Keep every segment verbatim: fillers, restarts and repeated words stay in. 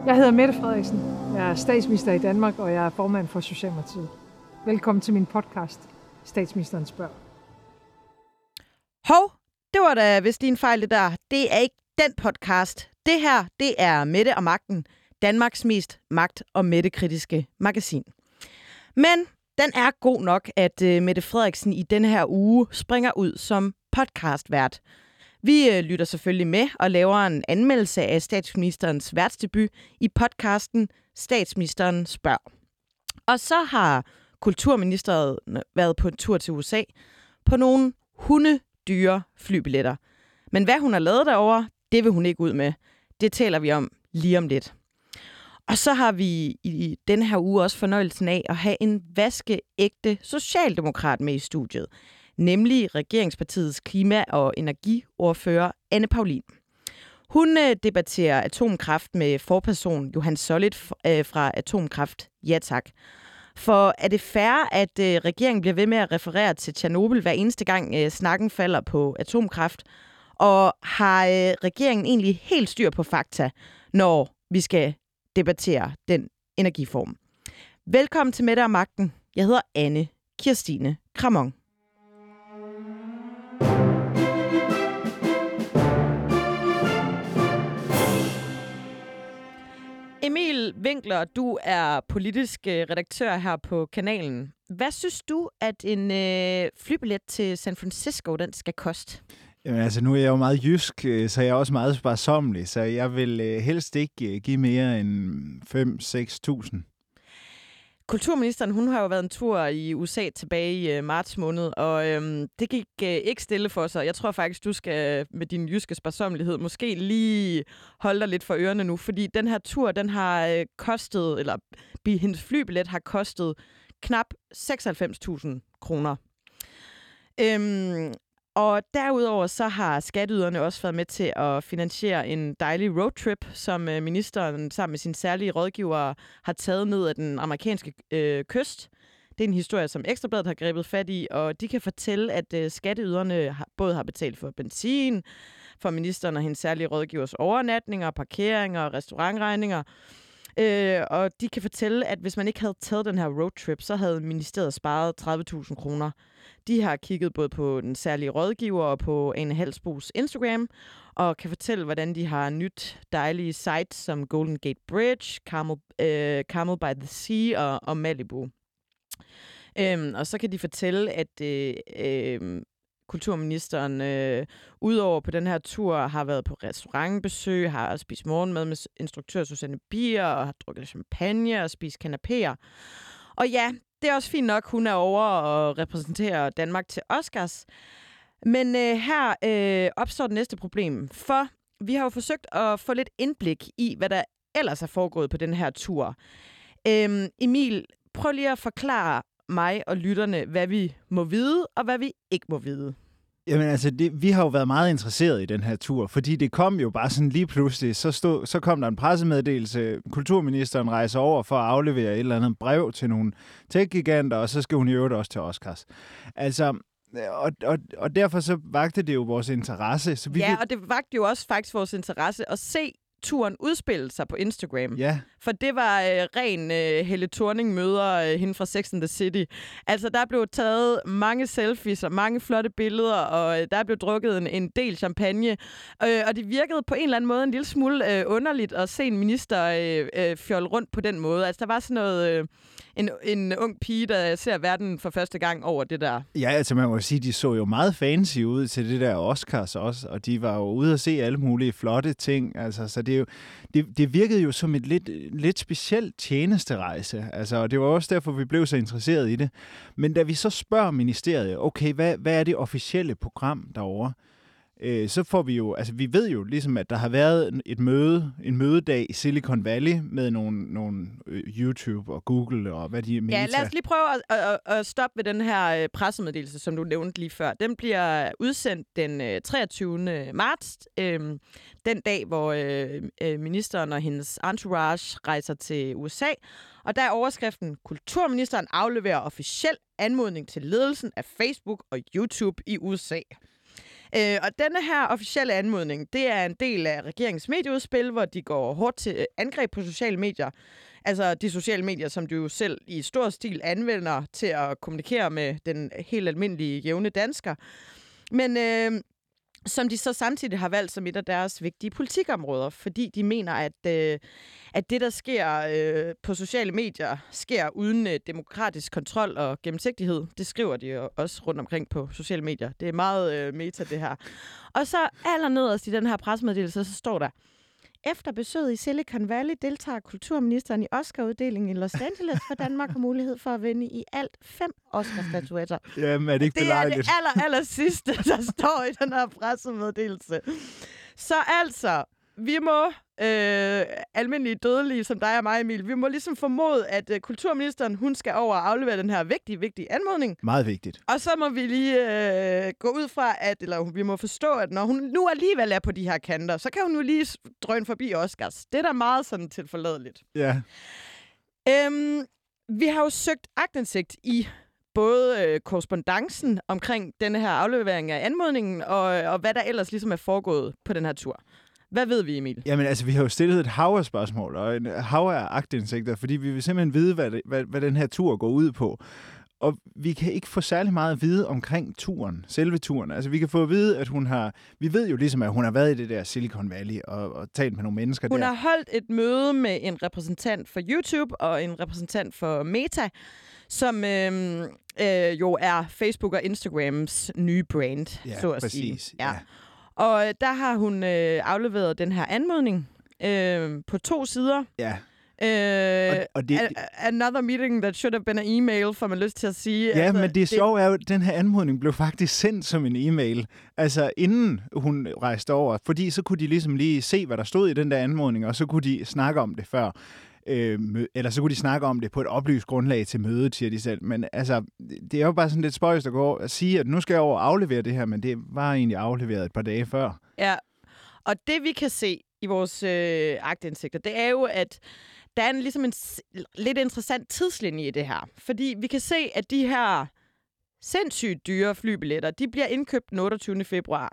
Jeg hedder Mette Frederiksen. Jeg er statsminister i Danmark, og jeg er formand for Socialdemokratiet. Velkommen til min podcast, Statsministeren spørger. Hov, det var da vist din fejl, det der. Det er ikke den podcast. Det her, det er Mette og Magten, Danmarks mest magt- og Mette-kritiske magasin. Men den er god nok, at uh, Mette Frederiksen i denne her uge springer ud som podcastvært. Vi øh, lytter selvfølgelig med og laver en anmeldelse af statsministerens værtsdebut i podcasten Statsministeren spørger. Og så har kulturministeriet været på en tur til U S A på nogle hundedyre flybilletter. Men hvad hun har lavet derovre, det vil hun ikke ud med. Det taler vi om lige om lidt. Og så har vi i denne her uge også fornøjelsen af at have en vaskeægte socialdemokrat med i studiet. Nemlig regeringspartiets klima- og energiordfører Anne Paulin. Hun øh, debatterer atomkraft med forperson Johan Sollit øh, fra Atomkraft Ja Tak. For er det fair, at øh, regeringen bliver ved med at referere til Tjernobyl hver eneste gang øh, snakken falder på atomkraft? Og har øh, regeringen egentlig helt styr på fakta, når vi skal debattere den energiform? Velkommen til Mette og Magten. Jeg hedder Anne Kirstine Kramon. Emil Winkler, du er politisk redaktør her på kanalen. Hvad synes du, at en øh, flybillet til San Francisco, den skal koste? Jamen, altså, nu er jeg jo meget jysk, så jeg er også meget sparsommelig, så jeg vil øh, helst ikke give mere end fem til seks tusind. Kulturministeren, hun har jo været en tur i U S A tilbage i øh, marts måned, og øhm, det gik øh, ikke stille for sig. Jeg tror faktisk, du skal med din jyske sparsommelighed måske lige holde dig lidt for ørerne nu, fordi den her tur, den har øh, kostet, eller hendes flybillet har kostet knap seksoghalvfems tusind kroner. Øhm, Og derudover så har skatteyderne også været med til at finansiere en dejlig roadtrip, som ministeren sammen med sin særlige rådgiver har taget ned af den amerikanske øh, kyst. Det er en historie, som Ekstra Bladet har grebet fat i, og de kan fortælle, at øh, skatteyderne har, både har betalt for benzin, for ministeren og hendes særlige rådgivers overnatninger, parkeringer og restaurantregninger. Øh, og de kan fortælle, at hvis man ikke havde taget den her roadtrip, så havde ministeriet sparet tredive tusind kroner. De har kigget både på den særlige rådgiver og på Ane Halsbos Instagram, og kan fortælle, hvordan de har nyt dejlige sites som Golden Gate Bridge, Carmel, øh, Carmel by the Sea og, og Malibu. Øhm, og så kan de fortælle, at øh, øh, kulturministeren øh, udover på den her tur har været på restaurantbesøg, har spist morgenmad med instruktør Susanne Bier og har drukket champagne og spist kanapéer. Og ja, det er også fint nok, hun er over og repræsenterer Danmark til Oscars. Men øh, her øh, opstår det næste problem, for vi har jo forsøgt at få lidt indblik i, hvad der ellers er foregået på den her tur. Øhm, Emil, prøv lige at forklare mig og lytterne, hvad vi må vide, og hvad vi ikke må vide. Jamen altså, det, vi har jo været meget interesseret i den her tur, fordi det kom jo bare sådan lige pludselig, så, stod, så kom der en pressemeddelelse, kulturministeren rejser over for at aflevere et eller andet brev til nogle tech-giganter, og så skal hun i øvrigt også til Oscars. Altså, og, og, og derfor så vagte det jo vores interesse. Så vi ja, vil... og det vagte jo også faktisk vores interesse at se turen udspille sig på Instagram. Ja. For det var øh, ren øh, Helle Thorning møder øh, hende fra Sex and the City. Altså, der blev taget mange selfies og mange flotte billeder, og øh, der blev drukket en, en del champagne. Øh, og det virkede på en eller anden måde en lille smule øh, underligt at se en minister øh, øh, fjolle rundt på den måde. Altså, der var sådan noget... Øh, en, en ung pige, der ser verden for første gang over det der. Ja, altså man må sige, de så jo meget fancy ud til det der Oscars også, og de var jo ude at se alle mulige flotte ting. Altså, så det, er jo, det, det virkede jo som et lidt, lidt specielt tjenesterejse, altså, og det var også derfor, vi blev så interesseret i det. Men da vi så spørger ministeriet, okay, hvad, hvad er det officielle program derovre? Øh, så får vi jo, altså vi ved jo ligesom, at der har været et møde, en mødedag i Silicon Valley med nogle, nogle YouTube og Google og hvad de... Ja, lad os lige prøve at, at, at stoppe ved den her pressemeddelelse, som du nævnte lige før. Den bliver udsendt den treogtyvende marts, øh, den dag, hvor øh, ministeren og hendes entourage rejser til U S A. Og der er overskriften, kulturministeren afleverer officiel anmodning til ledelsen af Facebook og YouTube i U S A. Øh, og denne her officielle anmodning, det er en del af regeringens medieudspil, hvor de går hårdt til angreb på sociale medier. Altså de sociale medier, som du jo selv i stor stil anvender til at kommunikere med den helt almindelige jævne dansker. Men øh, som de så samtidig har valgt som et af deres vigtige politikområder, fordi de mener, at, øh, at det, der sker øh, på sociale medier, sker uden øh, demokratisk kontrol og gennemsigtighed. Det skriver de jo også rundt omkring på sociale medier. Det er meget øh, meta, det her. Og så allernederst i den her pressemeddelelse, så står der: efter besøget i Silicon Valley deltager kulturministeren i Oscar-uddelingen i Los Angeles, for Danmark har mulighed for at vinde i alt fem Oscar-statuetter. Jamen, er det ikke det belejligt? Det er det aller, aller sidste, der står i den her pressemeddelelse. Så altså, vi må, øh, almindelige dødelige som dig og mig, Emil, vi må ligesom formode, at øh, kulturministeren, hun skal over og aflevere den her vigtige, vigtige anmodning. Meget vigtigt. Og så må vi lige øh, gå ud fra, at, eller vi må forstå, at når hun nu alligevel er på de her kanter, så kan hun jo lige drøne forbi Oscars. Det er da meget sådan tilforladeligt. Ja. Øhm, vi har jo søgt aktindsigt i både øh, korrespondancen omkring denne her aflevering af anmodningen, og, og hvad der ellers ligesom er foregået på den her tur. Hvad ved vi, Emil? Jamen altså, vi har jo stillet et hav af spørgsmål, og en hav af aktindsigter, fordi vi vil simpelthen vide, hvad, det, hvad, hvad den her tur går ud på. Og vi kan ikke få særlig meget at vide omkring turen, selve turen. Altså, vi kan få at vide, at hun har... Vi ved jo ligesom, at hun har været i det der Silicon Valley og, og talt med nogle mennesker hun der. Hun har holdt et møde med en repræsentant for YouTube og en repræsentant for Meta, som øh, øh, jo er Facebook og Instagrams nye brand, ja, så at præcis, sige. Ja, ja. Og der har hun øh, afleveret den her anmodning øh, på to sider. Ja. Øh, og, og det, a- another meeting that should have been an email, får man lyst til at sige. Ja, altså, men det, det sjove er jo, at den her anmodning blev faktisk sendt som en e-mail, altså inden hun rejste over, fordi så kunne de ligesom lige se, hvad der stod i den der anmodning, og så kunne de snakke om det før. Øh, eller så kunne de snakke om det på et oplyst grundlag til mødet, siger de selv. Men altså, det er jo bare sådan lidt spøjst at gå og sige, at nu skal jeg over og aflevere det her, men det var egentlig afleveret et par dage før. Ja, og det vi kan se i vores øh, aktindsigter, det er jo, at der er en, ligesom en lidt interessant tidslinje i det her. Fordi vi kan se, at de her sindssygt dyre flybilletter, de bliver indkøbt den otteogtyvende februar.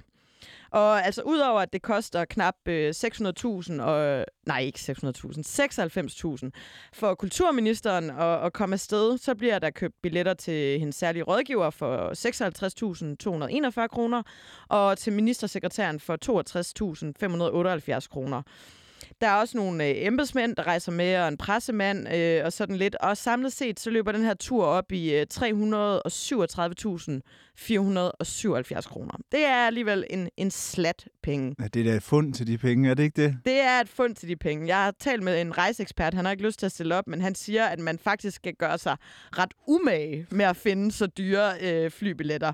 Og altså udover at det koster knap øh, seks hundrede tusind, og, nej ikke seks hundrede tusind, seksoghalvfems tusind for kulturministeren at, at komme afsted, så bliver der købt billetter til hendes særlige rådgiver for seksoghalvtreds tusind to hundrede og enogfyrre kroner, og til ministersekretæren for toogtres tusind fem hundrede og otteoghalvfjerds kroner. Der er også nogle øh, embedsmænd, der rejser med, og en pressemand øh, og sådan lidt. Og samlet set, så løber den her tur op i øh, tre hundrede og syvogtredive tusind fire hundrede og syvoghalvfjerds kroner. Det er alligevel en, en slat penge. Ja, det er da et fund til de penge, er det ikke det? Det er et fund til de penge. Jeg har talt med en rejseekspert, han har ikke lyst til at stille op, men han siger, at man faktisk skal gøre sig ret umage med at finde så dyre øh, flybilletter.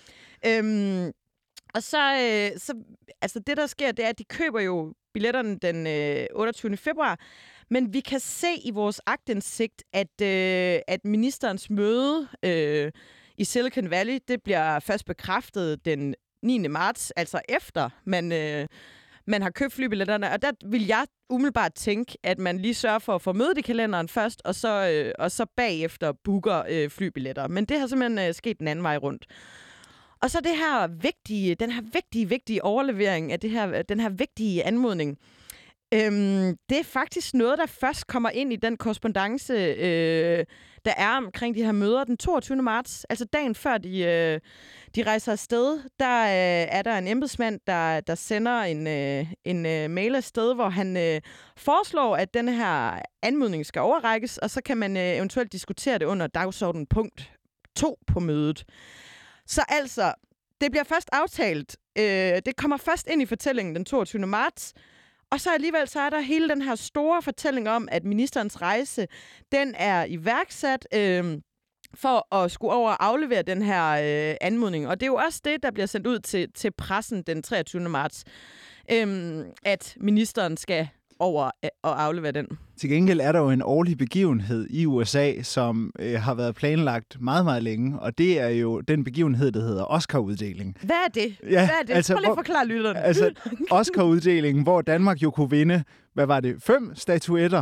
Øhm, og så, øh, så, altså det der sker, det er, at de køber jo billetterne den øh, otteogtyvende februar, men vi kan se i vores aktindsigt, at, øh, at ministerens møde øh, i Silicon Valley, det bliver først bekræftet den niende marts, altså efter man, øh, man har købt flybilletterne. Og der vil jeg umiddelbart tænke, at man lige sørger for at få mødet i kalenderen først, og så, øh, og så bagefter booker øh, flybilletter. Men det har simpelthen øh, sket den anden vej rundt. Og så det her vigtige, den her vigtige, vigtige overlevering af det her, den her vigtige anmodning. Øhm, det er faktisk noget, der først kommer ind i den korrespondance, øh, der er omkring de her møder den toogtyvende marts. Altså dagen før de, øh, de rejser afsted, der øh, er der en embedsmand, der, der sender en, øh, en øh, mail afsted, hvor han øh, foreslår, at denne her anmodning skal overrækkes, og så kan man øh, eventuelt diskutere det under dagsorden punkt to på mødet. Så altså, det bliver først aftalt. Øh, det kommer først ind i fortællingen den toogtyvende marts. Og så alligevel så er der hele den her store fortælling om, at ministerens rejse, den er iværksat øh, for at skulle over og aflevere den her øh, anmodning. Og det er jo også det, der bliver sendt ud til, til pressen den treogtyvende marts, øh, at ministeren skal over og aflevere den. Til gengæld er der jo en årlig begivenhed i U S A, som øh, har været planlagt meget, meget længe, og det er jo den begivenhed, der hedder Oscar-uddeling. Hvad er det? Ja, Hvad er det? altså, Prøv lige at forklare lytterne. Altså, Oscar-uddelingen, hvor Danmark jo kunne vinde, hvad var det, fem statuetter.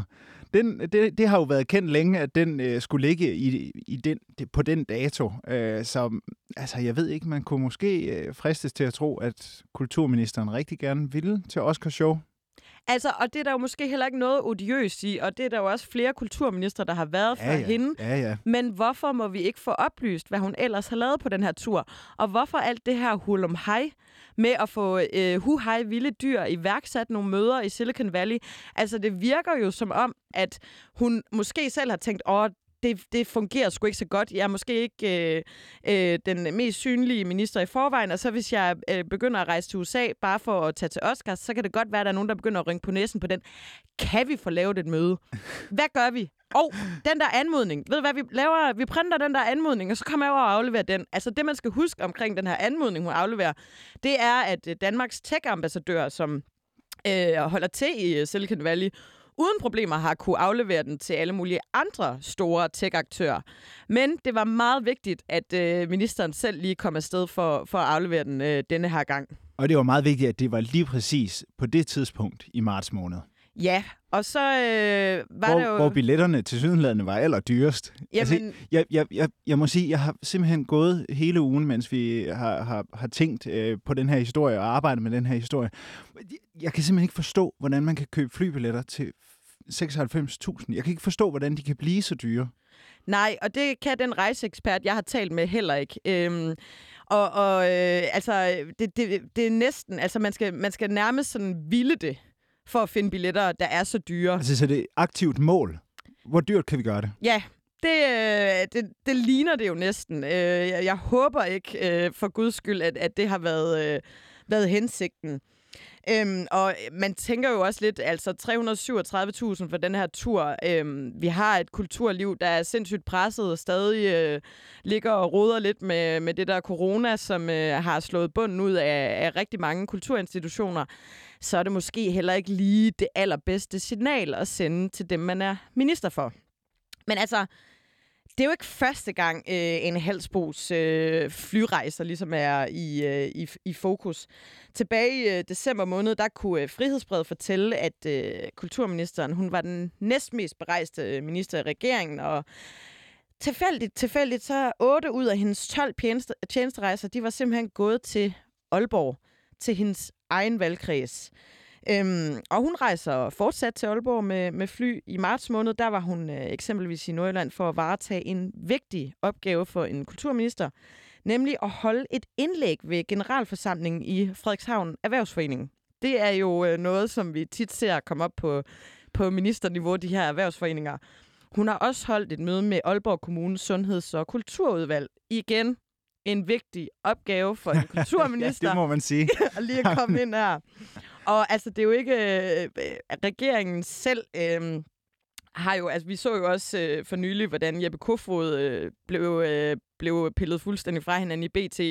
den, det, det har jo været kendt længe, at den øh, skulle ligge i, i den, det, på den dato. Øh, så altså, jeg ved ikke, man kunne måske øh, fristes til at tro, at kulturministeren rigtig gerne ville til Oscar Show. Altså, og det er der jo måske heller ikke noget odiøst i, og det er der jo også flere kulturministre, der har været ja, før ja. hende. Ja, ja. Men hvorfor må vi ikke få oplyst, hvad hun ellers har lavet på den her tur? Og hvorfor alt det her hul om hej med at få øh, hu-hej vilde dyr iværksat nogle møder i Silicon Valley? Altså, det virker jo som om, at hun måske selv har tænkt, åh, Det, det fungerer sgu ikke så godt. Jeg er måske ikke øh, øh, den mest synlige minister i forvejen, og så hvis jeg øh, begynder at rejse til U S A bare for at tage til Oscars, så kan det godt være, at der er nogen, der begynder at rynke på næsen på den. Kan vi få lavet et møde? Hvad gør vi? Og den der anmodning, ved du hvad, vi laver? Vi printer den der anmodning, og så kommer jeg over og afleverer den. Altså det, man skal huske omkring den her anmodning, hun afleverer, det er, at Danmarks tech-ambassadør, som øh, holder til i Silicon Valley, uden problemer har kunne aflevere den til alle mulige andre store tech-aktører. Men det var meget vigtigt, at øh, ministeren selv lige kom afsted for, for at aflevere den øh, denne her gang. Og det var meget vigtigt, at det var lige præcis på det tidspunkt i marts måned. Ja, og så øh, var hvor, der jo... Hvor billetterne til sydenlandet var allerdyrest. Jamen... Altså, jeg, jeg, jeg, jeg må sige, jeg har simpelthen gået hele ugen, mens vi har, har, har tænkt øh, på den her historie og arbejdet med den her historie. Jeg kan simpelthen ikke forstå, hvordan man kan købe flybilletter til seksoghalvfems tusind. Jeg kan ikke forstå, hvordan de kan blive så dyre. Nej, og det kan den rejseekspert, jeg har talt med, heller ikke. Øhm, og og øh, altså, det, det, det er næsten... Altså, man skal, man skal nærmest sådan ville det, for at finde billetter, der er så dyre. Altså, så det er et aktivt mål. Hvor dyrt kan vi gøre det? Ja, det, øh, det, det ligner det jo næsten. Øh, jeg, jeg håber ikke, øh, for guds skyld, at, at det har været, øh, været hensigten. Øhm, og man tænker jo også lidt, altså tre hundrede og syvogtredive tusind for den her tur. Øhm, vi har et kulturliv, der er sindssygt presset og stadig øh, ligger og roder lidt med, med det der corona, som øh, har slået bunden ud af, af rigtig mange kulturinstitutioner. Så er det måske heller ikke lige det allerbedste signal at sende til dem, man er minister for. Men altså... Det er jo ikke første gang, øh, en Halsbos øh, flyrejser ligesom er i, øh, i, i fokus. Tilbage i øh, december måned, der kunne øh, Frihedsbrevet fortælle, at øh, kulturministeren hun var den næstmest berejste minister i regeringen. Og tilfældigt, tilfældigt, så otte ud af hendes tolv tjeneste, tjenesterejser, de var simpelthen gået til Aalborg, til hendes egen valgkreds. Øhm, og hun rejser fortsat til Aalborg med, med fly. I marts måned, der var hun øh, eksempelvis i Nordjylland for at varetage en vigtig opgave for en kulturminister, nemlig at holde et indlæg ved generalforsamlingen i Frederikshavn Erhvervsforening. Det er jo øh, noget, som vi tit ser komme op på, på ministerniveau, de her erhvervsforeninger. Hun har også holdt et møde med Aalborg Kommunes Sundheds- og Kulturudvalg. Igen en vigtig opgave for en kulturminister. Ja, det må man sige. At lige at komme ind her. Og altså, det er jo ikke øh, regeringen selv øh, har jo, altså vi så jo også øh, for nylig, hvordan Jeppe Kofod øh, blev, øh, blev pillet fuldstændig fra hinanden i B T.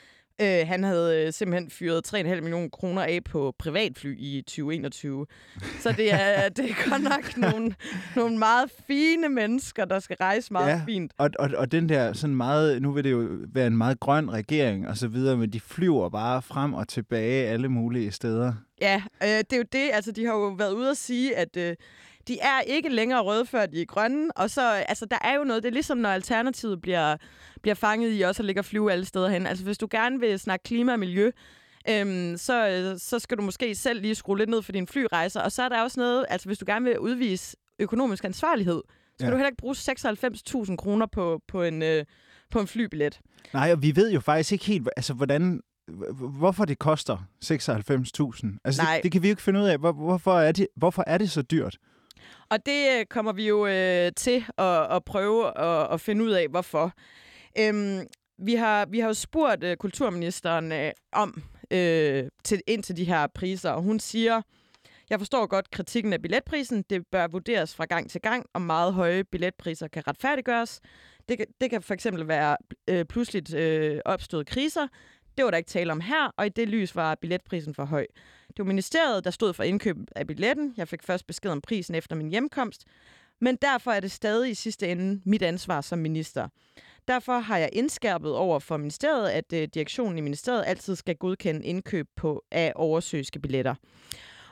Øh, han havde øh, simpelthen fyret tre komma fem millioner kroner af på privatfly i tyve enogtyve. Så det er, det er godt nok nogle, nogle meget fine mennesker, der skal rejse meget ja, fint. Og, og, og den der sådan meget, nu vil det jo være en meget grøn regering og så videre, men de flyver bare frem og tilbage alle mulige steder. Ja, øh, det er jo det. Altså, de har jo været ude at sige, at øh, de er ikke længere røde, før de er grønne. Og så, altså, der er jo noget, det er ligesom, når alternativet bliver, bliver fanget i også at ligge og flyve alle steder hen. Altså, hvis du gerne vil snakke klima og miljø, øhm, så, øh, så skal du måske selv lige skrue lidt ned for dine flyrejser. Og så er der også noget, altså hvis du gerne vil udvise økonomisk ansvarlighed, så skal ja. du heller ikke bruge seksoghalvfems tusind kroner på, på, en, øh, på en flybillet. Nej, og vi ved jo faktisk ikke helt, altså hvordan... Hvorfor det koster seksoghalvfems tusind? Altså, det, det kan vi jo ikke finde ud af. Hvor, hvorfor, er det, hvorfor er det så dyrt? Og det kommer vi jo øh, til at, at prøve at, at finde ud af, hvorfor. Øhm, vi, har, vi har jo spurgt øh, kulturministeren øh, om øh, til, ind til de her priser, og hun siger, jeg forstår godt kritikken af billetprisen. Det bør vurderes fra gang til gang, om meget høje billetpriser kan retfærdiggøres. Det, det kan for eksempel være øh, pludseligt øh, opståede kriser. Det var der ikke tale om her, og i det lys var billetprisen for høj. Det var ministeriet, der stod for indkøb af billetten. Jeg fik først besked om prisen efter min hjemkomst, men derfor er det stadig i sidste ende mit ansvar som minister. Derfor har jeg indskærpet over for ministeriet, at uh, direktionen i ministeriet altid skal godkende indkøb på af oversøiske billetter.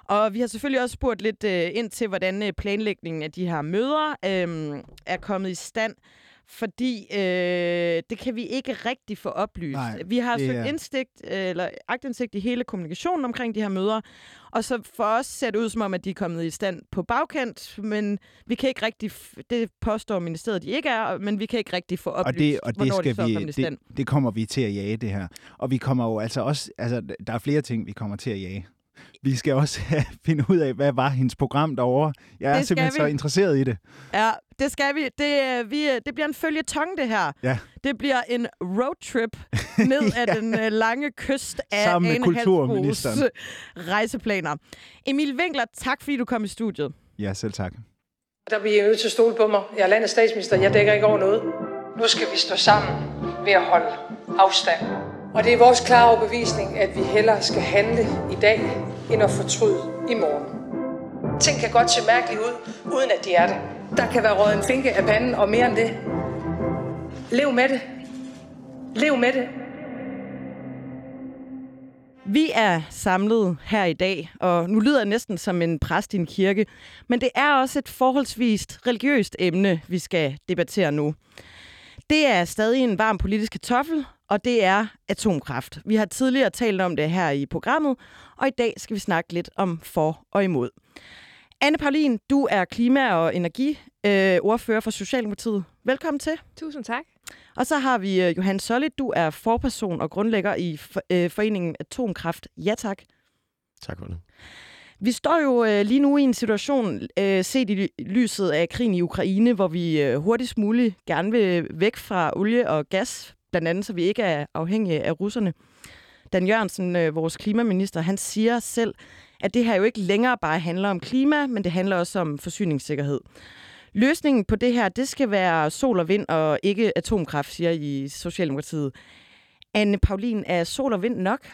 Og vi har selvfølgelig også spurgt lidt øh, ind til, hvordan øh, planlægningen af de her møder øh, er kommet i stand. Fordi øh, det kan vi ikke rigtig få oplyst. Nej, vi har søgt er... indsigt, eller aktindsigt i hele kommunikationen omkring de her møder, og så for os ser det ud som om, at de er kommet i stand på bagkant, men vi kan ikke rigtig, det påstår ministeriet, de ikke er, men vi kan ikke rigtig få oplyst, og det, og det hvornår skal de så er vi, kommet i stand. Det, det kommer vi til at jage, det her. Og vi kommer jo altså også, altså der er flere ting, vi kommer til at jage. Vi skal også finde ud af, hvad var hendes program derovre. Jeg er simpelthen vi. så interesseret i det. Ja, det skal vi. Det, vi, det bliver en føljeton, det her. Ja. Det bliver en roadtrip ned ja. ad den uh, lange kyst af Sammen med kulturministeren. Rejseplaner. Emil Winkler, tak fordi du kom i studiet. Ja, selv tak. Der bliver jeg nødt til at stole på mig. Jeg er landets statsminister. Jeg dækker ikke over noget. Nu skal vi stå sammen ved at holde afstand. Og det er vores klare overbevisning, at vi hellere skal handle i dag, end at fortryde i morgen. Ting kan godt se mærkeligt ud, uden at de er det. Der kan være røget en finke af panden, og mere end det. Lev med det. Lev med det. Vi er samlet her i dag, og nu lyder jeg næsten som en præst i en kirke, men det er også et forholdsvist religiøst emne, vi skal debattere nu. Det er stadig en varm politisk kartoffel, og det er atomkraft. Vi har tidligere talt om det her i programmet, og i dag skal vi snakke lidt om for og imod. Anne Paulin, du er klima- og energiordfører for Socialdemokratiet. Velkommen til. Tusind tak. Og så har vi Johan Sollit, du er forperson og grundlægger i foreningen Atomkraft. Ja tak. Tak for det. Vi står jo øh, lige nu i en situation, øh, set i lyset af krigen i Ukraine, hvor vi øh, hurtigst muligt gerne vil væk fra olie og gas, blandt andet så vi ikke er afhængige af russerne. Dan Jørgensen, øh, vores klimaminister, han siger selv, at det her jo ikke længere bare handler om klima, men det handler også om forsyningssikkerhed. Løsningen på det her, det skal være sol og vind og ikke atomkraft, siger I Socialdemokratiet. Anne Paulin, er sol og vind nok?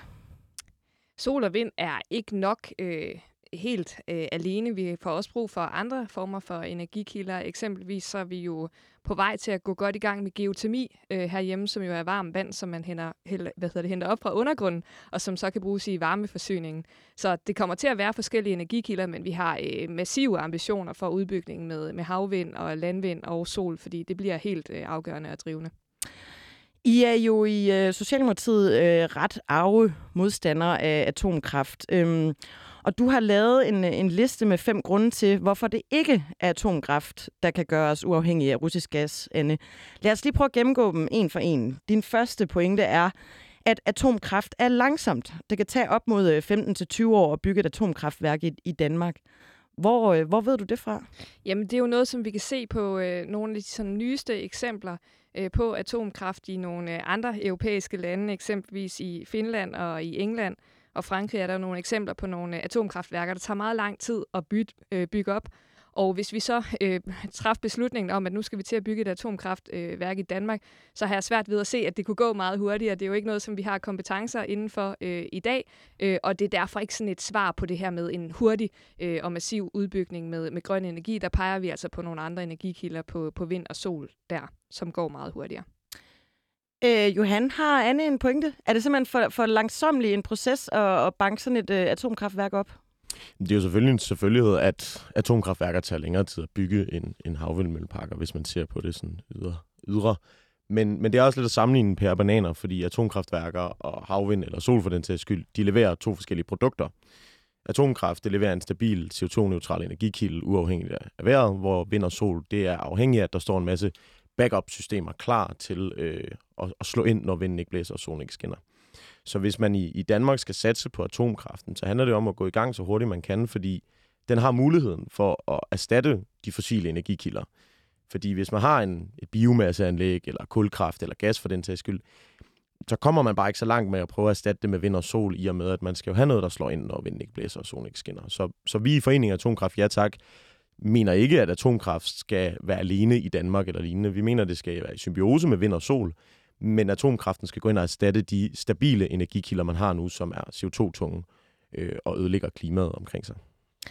Sol og vind er ikke nok øh, helt øh, alene. Vi får også brug for andre former for energikilder. Eksempelvis så er vi jo på vej til at gå godt i gang med geotermi øh, herhjemme, som jo er varmt vand, som man henter, hvad hedder det, henter op fra undergrunden, og som så kan bruges i varmeforsyningen. Så det kommer til at være forskellige energikilder, men vi har øh, massive ambitioner for udbygningen med, med havvind og landvind og sol, fordi det bliver helt øh, afgørende og drivende. I er jo i øh, Socialdemokratiet øh, ret arve modstandere af atomkraft. Øhm, og du har lavet en, en liste med fem grunde til, hvorfor det ikke er atomkraft, der kan gøre os uafhængige af russisk gas, Anne. Lad os lige prøve at gennemgå dem en for en. Din første pointe er, at atomkraft er langsomt. Det kan tage op mod femten til tyve år at bygge et atomkraftværk i, i Danmark. Hvor, øh, hvor ved du det fra? Jamen, det er jo noget, som vi kan se på øh, nogle af de sådan, nyeste eksempler øh, på atomkraft i nogle øh, andre europæiske lande, eksempelvis i Finland og i England og Frankrig er der nogle eksempler på nogle øh, atomkraftværker, der tager meget lang tid at bygge, øh, bygge op. Og hvis vi så øh, træffer beslutningen om, at nu skal vi til at bygge et atomkraftværk øh, i Danmark, så har jeg svært ved at se, at det kunne gå meget hurtigere. Det er jo ikke noget, som vi har kompetencer indenfor øh, i dag, øh, og det er derfor ikke sådan et svar på det her med en hurtig øh, og massiv udbygning med, med grøn energi. Der peger vi altså på nogle andre energikilder på, på vind og sol der, som går meget hurtigere. Øh, Johan, har Anne en pointe? Er det simpelthen for, for langsomlig en proces at, at banke sådan et øh, atomkraftværk op? Det er jo selvfølgelig en selvfølgelighed, at atomkraftværker tager længere tid at bygge end, end havvindmølleparker, hvis man ser på det sådan ydre. ydre. Men, men det er også lidt at sammenligne pære og bananer, fordi atomkraftværker og havvind eller sol for den sags skyld, de leverer to forskellige produkter. Atomkraft, det leverer en stabil C O to neutral energikilde uafhængigt af vejret, hvor vind og sol, det er afhængigt af, at der står en masse backup-systemer klar til øh, at, at slå ind, når vinden ikke blæser og solen ikke skinner. Så hvis man i, i Danmark skal satse på atomkraften, så handler det om at gå i gang så hurtigt man kan, fordi den har muligheden for at erstatte de fossile energikilder. Fordi hvis man har en, et biomasseanlæg, eller kulkraft, eller gas for den sags skyld, så kommer man bare ikke så langt med at prøve at erstatte det med vind og sol, i og med, at man skal jo have noget, der slår ind, når vinden ikke blæser og solen ikke skinner. Så, så vi i Foreningen Atomkraft, ja tak, mener ikke, at atomkraft skal være alene i Danmark eller lignende. Vi mener, at det skal være i symbiose med vind og sol, men atomkraften skal gå ind og erstatte de stabile energikilder, man har nu, som er C O to tunge øh, og ødelægger klimaet omkring sig.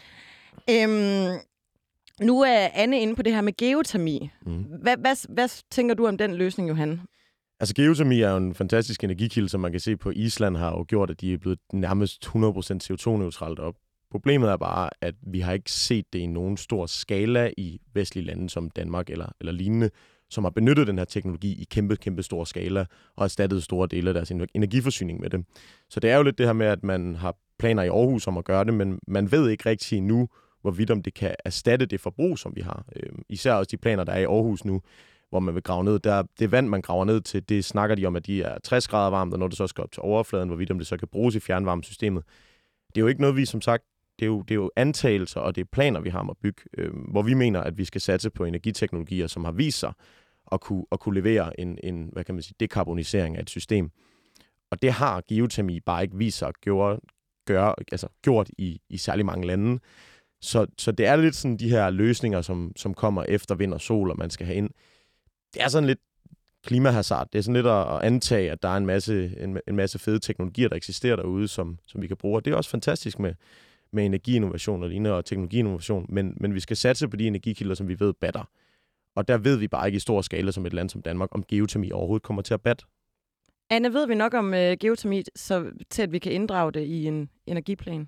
Øhm, nu er Anne inde på det her med geotermi. Mm. Hvad, hvad, hvad tænker du om den løsning, Johan? Altså geotermi er jo en fantastisk energikilde, som man kan se på Island har jo gjort, at de er blevet nærmest hundrede procent C O to neutralt op Problemet er bare, at vi har ikke set det i nogen stor skala i vestlige lande som Danmark eller, eller lignende, som har benyttet den her teknologi i kæmpe, kæmpe stor skala og erstattet store dele af deres energiforsyning med det. Så det er jo lidt det her med, at man har planer i Aarhus om at gøre det, men man ved ikke rigtig endnu, hvorvidt om det kan erstatte det forbrug, som vi har. Øh, især også de planer, der er i Aarhus nu, hvor man vil grave ned. Der, det vand, man graver ned til, det snakker de om, at de er tres grader varmt, og når det så skal op til overfladen, hvorvidt om det så kan bruges i fjernvarmesystemet. Det er jo ikke noget, vi som sagt, det er jo, det er jo antagelser, og det er planer, vi har om at bygge, øh, hvor vi mener, at vi skal satse på energiteknologier, som har vist sig at kunne, at kunne levere en, en, hvad kan man sige, dekarbonisering af et system. Og det har geotermi bare ikke vist sig at gøre, gøre, altså gjort i, i særlig mange lande. Så, så det er lidt sådan de her løsninger, som, som kommer efter vind og sol, og man skal have ind. Det er sådan lidt klimahazard. Det er sådan lidt at antage, at der er en masse, en, en masse fede teknologier, der eksisterer derude, som, som vi kan bruge. Og det er også fantastisk med, med energiinnovation og lignende og teknologiinnovation, men, men vi skal satse på de energikilder, som vi ved batter. Og der ved vi bare ikke i stor skala som et land som Danmark, om geotermi overhovedet kommer til at batte. Anne, ved vi nok om øh, geotermi, så til at vi kan inddrage det i en energiplan?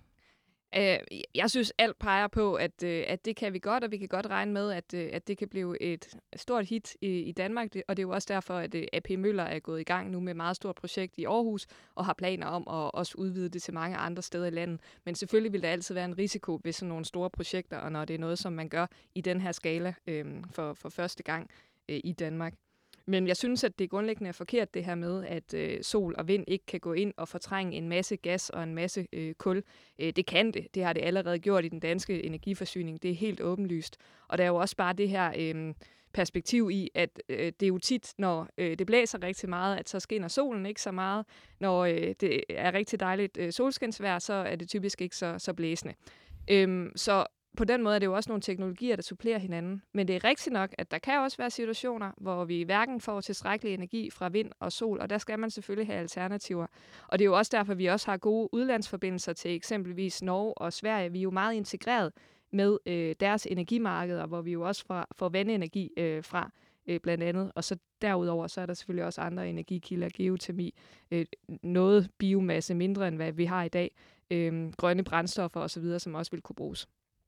Jeg synes, alt peger på, at, at det kan vi godt, og vi kan godt regne med, at, at det kan blive et stort hit i, i Danmark. Og det er jo også derfor, at A P Møller er gået i gang nu med et meget stort projekt i Aarhus, og har planer om at også udvide det til mange andre steder i landet. Men selvfølgelig vil der altid være en risiko ved sådan nogle store projekter, og når det er noget, som man gør i den her skala øh, for, for første gang øh, i Danmark. Men jeg synes, at det grundlæggende er forkert det her med, at øh, sol og vind ikke kan gå ind og fortrænge en masse gas og en masse øh, kul. Øh, det kan det. Det har det allerede gjort i den danske energiforsyning. Det er helt åbenlyst. Og der er jo også bare det her øh, perspektiv i, at øh, det er jo tit, når øh, det blæser rigtig meget, at så skinner solen ikke så meget. Når øh, det er rigtig dejligt øh, solskinsvejr, så er det typisk ikke så, så blæsende. Øh, så På den måde er det jo også nogle teknologier, der supplerer hinanden. Men det er rigtigt nok, at der kan også være situationer, hvor vi hverken får tilstrækkelig energi fra vind og sol, og der skal man selvfølgelig have alternativer. Og det er jo også derfor, vi også har gode udlandsforbindelser til eksempelvis Norge og Sverige. Vi er jo meget integreret med øh, deres energimarkeder, hvor vi jo også får, får vandenergi øh, fra øh, blandt andet. Og så derudover, så er der selvfølgelig også andre energikilder, geotermi, øh, noget biomasse mindre end hvad vi har i dag, øh, grønne brændstoffer osv., som også vil kunne bruges.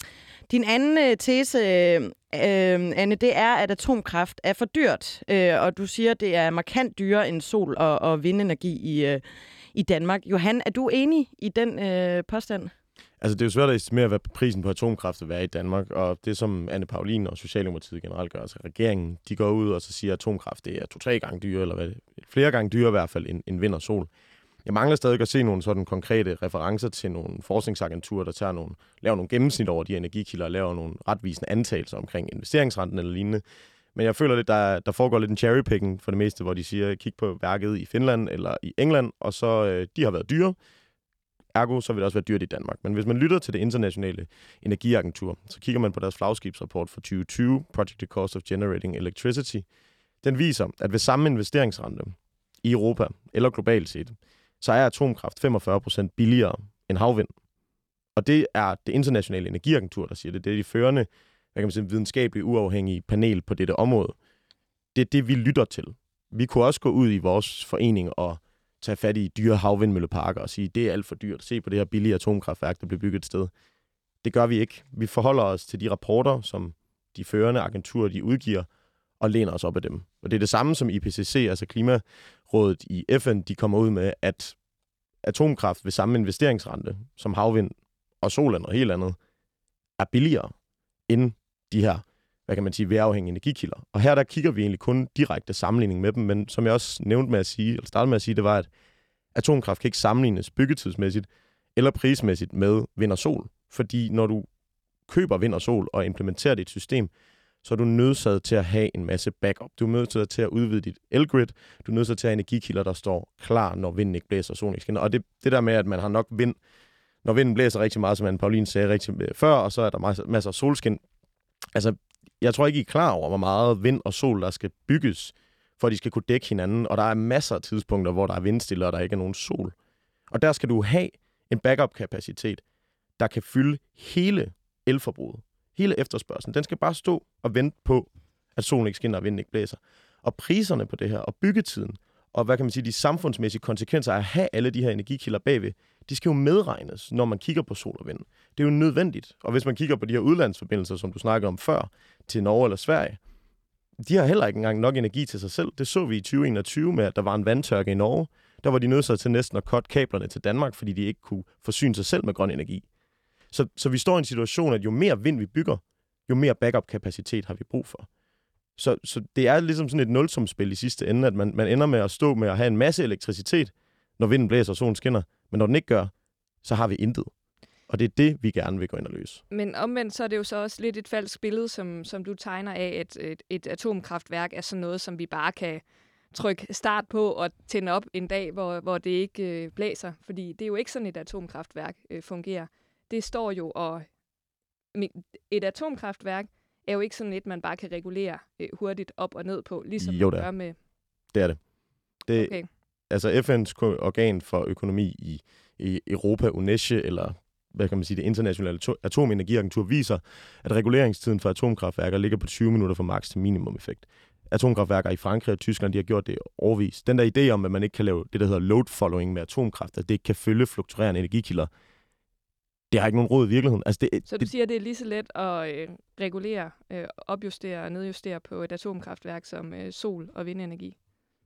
Din anden øh, tese, øh, Anne, det er, at atomkraft er for dyrt, øh, og du siger, at det er markant dyrere end sol- og, og vindenergi i, øh, i Danmark. Johan, er du enig i den øh, påstand? Altså, det er jo svært at estimere, hvad prisen på atomkraft vil være i Danmark, og det som Anne Paulin og Socialdemokratiet generelt gør, altså regeringen, de går ud og så siger, at atomkraft det er to-tre gange dyrere, eller hvad, flere gange dyrere i hvert fald, end, end vind og sol. Jeg mangler stadig at se nogle sådan konkrete referencer til nogle forskningsagenturer, der tager nogle, laver nogle gennemsnit over de energikilder og laver nogle retvisende antagelser omkring investeringsrenten eller lignende. Men jeg føler lidt, der, der foregår lidt en cherrypicking for det meste, hvor de siger, kig på værket i Finland eller i England, og så øh, de har været dyre. Ergo, så vil det også være dyrt i Danmark. Men hvis man lytter til det internationale energiagentur, så kigger man på deres flagskibsrapport for tyve tyve, Projected Cost of Generating Electricity. Den viser, at ved samme investeringsrente i Europa eller globalt set, så er atomkraft femogfyrre procent billigere end havvind. Og det er det internationale energiagentur, der siger det. Det er de førende, hvad kan man sige, videnskabelige uafhængige panel på dette område. Det er det, vi lytter til. Vi kunne også gå ud i vores forening og tage fat i dyre havvindmølleparker og sige, det er alt for dyrt. Se på det her billige atomkraftværk, der bliver bygget et sted. Det gør vi ikke. Vi forholder os til de rapporter, som de førende agenturer de udgiver, og læner os op af dem. Og det er det samme som I P C C, altså Klimarådet i F N, de kommer ud med, at atomkraft ved samme investeringsrente som havvind og sol og noget helt andet, er billigere end de her, hvad kan man sige, vejrafhængige energikilder. Og her der kigger vi egentlig kun direkte sammenligning med dem, men som jeg også nævnte med at sige, eller startede med at sige, det var, at atomkraft kan ikke sammenlignes byggetidsmæssigt eller prismæssigt med vind og sol. Fordi når du køber vind og sol og implementerer det i et system, så er du nødsaget til at have en masse backup. Du er nødsaget til at udvide dit elgrid. Du er nødsaget til at have energikilder, der står klar, når vinden ikke blæser og solen ikke skinner. Og det, det der med, at man har nok vind, når vinden blæser rigtig meget, som Anne Paulin sagde rigtig før, og så er der masser af solskin. Altså, jeg tror ikke, I er klar over, hvor meget vind og sol, der skal bygges, for at de skal kunne dække hinanden. Og der er masser af tidspunkter, hvor der er vindstille, og der ikke er nogen sol. Og der skal du have en backup-kapacitet, der kan fylde hele elforbruget. Hele efterspørgselen, den skal bare stå og vente på, at solen ikke skinner og vinden ikke blæser. Og priserne på det her, og byggetiden, og hvad kan man sige, de samfundsmæssige konsekvenser af at have alle de her energikilder bagved, de skal jo medregnes, når man kigger på sol og vind. Det er jo nødvendigt. Og hvis man kigger på de her udlandsforbindelser, som du snakkede om før, til Norge eller Sverige, de har heller ikke engang nok energi til sig selv. Det så vi i tyve enogtyve med, at der var en vandtørke i Norge. Der var de nødt til næsten at cutte kablerne til Danmark, fordi de ikke kunne forsyne sig selv med grøn energi. Så, så vi står i en situation, at jo mere vind vi bygger, jo mere backup-kapacitet har vi brug for. Så, så det er ligesom sådan et nulsumsspil i sidste ende, at man, man ender med at stå med at have en masse elektricitet, når vinden blæser og solen skinner. Men når den ikke gør, så har vi intet. Og det er det, vi gerne vil gå ind og løse. Men omvendt, så er det jo så også lidt et falsk billede, som, som du tegner af, at et, et atomkraftværk er sådan noget, som vi bare kan trykke start på og tænde op en dag, hvor, hvor det ikke øh, blæser. Fordi det er jo ikke sådan, et atomkraftværk øh, fungerer. Det står jo, og et atomkraftværk er jo ikke sådan et, man bare kan regulere øh, hurtigt op og ned på, ligesom jo, man gør med... det er det. Det okay. Altså F N's organ for økonomi i, i Europa, UNESCO, eller hvad kan man sige, det internationale atomenergiagentur, viser, at reguleringstiden for atomkraftværker ligger på tyve minutter fra maks til minimum effekt. Atomkraftværker i Frankrig og Tyskland, de har gjort det overvis. Den der idé om, at man ikke kan lave det, der hedder load following med atomkraft, at det ikke kan følge fluktuerende energikilder, det har ikke nogen råd i virkeligheden. Altså det, så du det, siger, at det er lige så let at øh, regulere, øh, opjustere og nedjustere på et atomkraftværk som øh, sol- og vindenergi?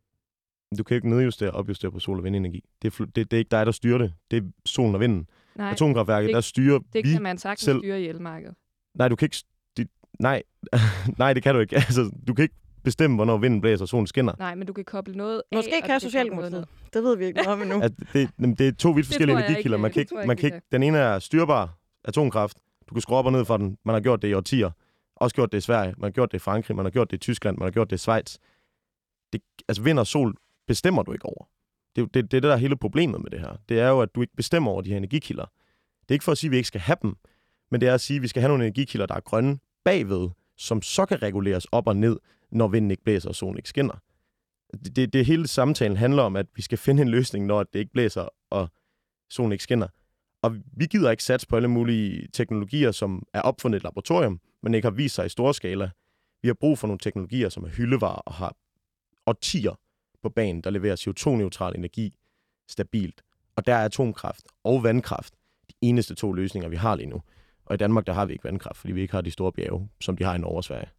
Du kan ikke nedjustere og opjustere på sol- og vindenergi. Det er, det, det er ikke dig, der styrer det. Det er solen og vinden. Nej, atomkraftværket, det, der styrer det vi kan man sagtens selv. styre i elmarkedet. Nej, du kan ikke... Det, nej. nej, det kan du ikke. Altså, du kan ikke bestemme, hvornår vinden blæser og solen skinner. Nej, men du kan koble noget af. Måske kan Socialdemokratiet. Det ved vi ikke noget om endnu. At det, det er to vidt forskellige energikilder. Ikke, man kan ikke, man kan ikke, den ene er styrbar atomkraft. Du kan skrue op og ned for den. Man har gjort det i årtier. Også gjort det i Sverige. Man har gjort det i Frankrig. Man har gjort det i Tyskland. Man har gjort det i Schweiz. Det, altså vind og sol bestemmer du ikke over. Det, det, det er det, der er hele problemet med det her. Det er jo, at du ikke bestemmer over de her energikilder. Det er ikke for at sige, at vi ikke skal have dem, men det er at sige, at vi skal have nogle energikilder, der er grønne bagved, som så kan reguleres op og ned, når vinden ikke blæser og solen ikke skinner. Det, det, det hele samtalen handler om, at vi skal finde en løsning, når det ikke blæser og solen ikke skinner. Og vi gider ikke satse på alle mulige teknologier, som er opfundet i et laboratorium, men ikke har vist sig i store skala. Vi har brug for nogle teknologier, som er hyldevarer og har årtier på banen, der leverer C O to neutral energi stabilt. Og der er atomkraft og vandkraft de eneste to løsninger, vi har lige nu. Og i Danmark, der har vi ikke vandkraft, fordi vi ikke har de store bjerge, som de har i Norge og Sverige.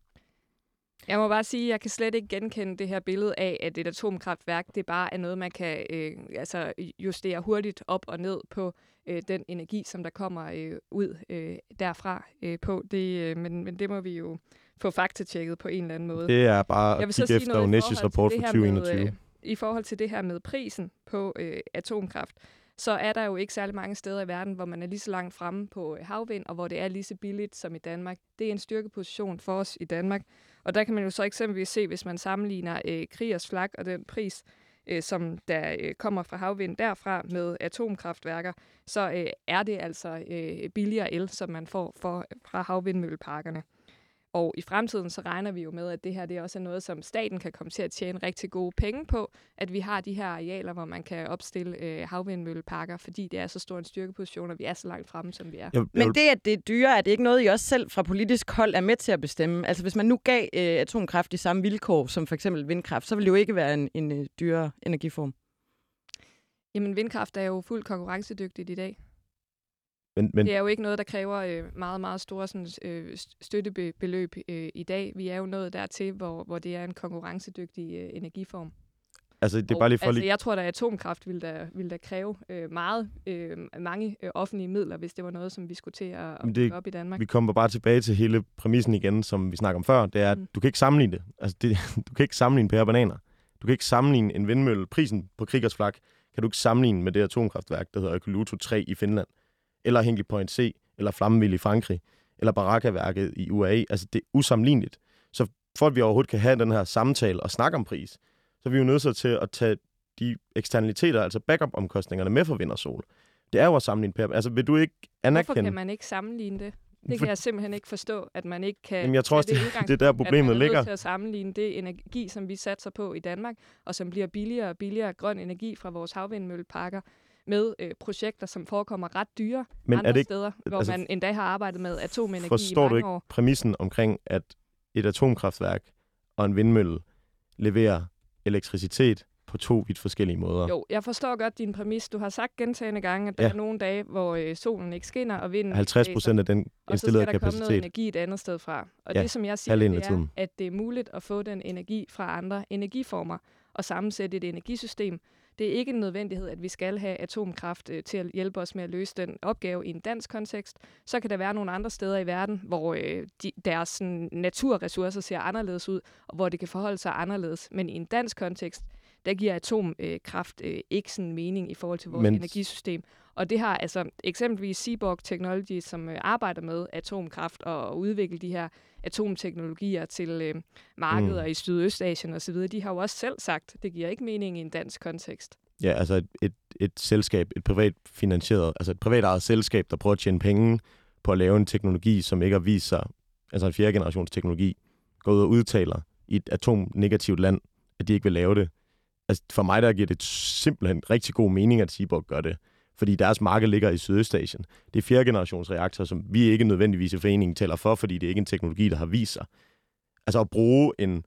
Jeg må bare sige, at jeg kan slet ikke genkende det her billede af, at et atomkraftværk, det bare er noget, man kan øh, altså justere hurtigt op og ned på øh, den energi, som der kommer øh, ud øh, derfra øh, på. Det, øh, men, men det må vi jo få faktatjekket på en eller anden måde. Det er bare at kigge efter UNESCO's rapport fra tyve enogtyve. Med, øh, I forhold til det her med prisen på øh, atomkraft, så er der jo ikke særlig mange steder i verden, hvor man er lige så langt fremme på havvind, og hvor det er lige så billigt som i Danmark. Det er en styrkeposition for os i Danmark. Og der kan man jo så eksempelvis se, hvis man sammenligner øh, Kriegers Flak og den pris, øh, som der øh, kommer fra havvind derfra med atomkraftværker, så øh, er det altså øh, billigere el, som man får for, fra havvindmølleparkerne. Og i fremtiden så regner vi jo med, at det her det er også er noget, som staten kan komme til at tjene rigtig gode penge på, at vi har de her arealer, hvor man kan opstille øh, havvindmølleparker, fordi det er så stor en styrkeposition, og vi er så langt fremme, som vi er. Jeg, jeg Men det, at det er dyre, er det ikke noget, I også selv fra politisk hold er med til at bestemme? Altså hvis man nu gav øh, atomkraft i samme vilkår som for eksempel vindkraft, så ville det jo ikke være en, en øh, dyrere energiform. Jamen vindkraft er jo fuldt konkurrencedygtigt i dag. Men, men... Det er jo ikke noget, der kræver øh, meget, meget store sådan, øh, støttebeløb øh, i dag. Vi er jo nået dertil, hvor, hvor det er en konkurrencedygtig øh, energiform. Altså, det er og, bare lige for altså, lige... jeg tror, at atomkraft ville da, ville da kræve øh, meget, øh, mange øh, offentlige midler, hvis det var noget, som vi skulle til at, at bygge op i Danmark. Vi kommer bare tilbage til hele præmissen igen, som vi snakker om før. Det er, at mm. du kan ikke sammenligne det. Altså, det, du kan ikke sammenligne pærer og bananer. Du kan ikke sammenligne en vindmølle. Prisen på Kriegers Flak kan du ikke sammenligne med det atomkraftværk, der hedder Olkiluoto tre i Finland, eller Hinkley Point C, eller Flammeville i Frankrig, eller Baraka-værket i U A E. Altså, det er usammenligneligt. Så for at vi overhovedet kan have den her samtale og snakke om pris, så er vi jo nødt til at tage de eksternaliteter, altså backup-omkostningerne med for vind og sol. Det er jo at sammenligne pærer. Altså, vil du ikke anerkende... Hvorfor kan man ikke sammenligne det? Det kan jeg simpelthen ikke forstå, at man ikke kan... Jamen, jeg tror også, det, det, det er der problemet ligger. At man er nødt til at sammenligne det energi, som vi satser på i Danmark, og som bliver billigere og billigere grøn energi fra vores havvindmølleparker, med øh, projekter, som forekommer ret dyre Men andre er det ikke, steder, hvor altså, man endda har arbejdet med atomenergi i mange år. Forstår du ikke præmissen omkring, at et atomkraftværk og en vindmølle leverer elektricitet på to vidt forskellige måder. Jo, jeg forstår godt din præmis. Du har sagt gentagende gange, at der Ja. er nogle dage, hvor øh, solen ikke skinner, og vinden halvtreds procent af den og så installerede skal der komme noget kapacitet. energi et andet sted fra. Og Ja, det, som jeg siger, halvdelen det af er, tiden. at det er muligt at få den energi fra andre energiformer og sammensætte et energisystem. Det er ikke en nødvendighed, at vi skal have atomkraft øh, til at hjælpe os med at løse den opgave i en dansk kontekst. Så kan der være nogle andre steder i verden, hvor øh, de, deres sådan, naturressourcer ser anderledes ud, og hvor det kan forholde sig anderledes. Men i en dansk kontekst, der giver atomkraft øh, ikke sådan mening i forhold til vores Men- energisystem. Og det har altså eksempelvis Seaborg Technology, som øh, arbejder med atomkraft og, og udvikle de her atomteknologier til øh, markeder mm. i Sydøstasien osv., de har jo også selv sagt, det giver ikke mening i en dansk kontekst. Ja, altså et, et, et selskab, et privat finansieret, altså et privat ejet selskab, der prøver at tjene penge på at lave en teknologi, som ikke har vist sig, altså en fjerde generations teknologi, går ud og udtaler i et atomnegativt land, at de ikke vil lave det. Altså for mig der giver det simpelthen rigtig god mening, at Seaborg gør det. Fordi deres marked ligger i Sydøstasien. Det er fjerde generations reaktorer, som vi ikke nødvendigvis i foreningen tæller for, fordi det er ikke en teknologi, der har vist sig. Altså at bruge en,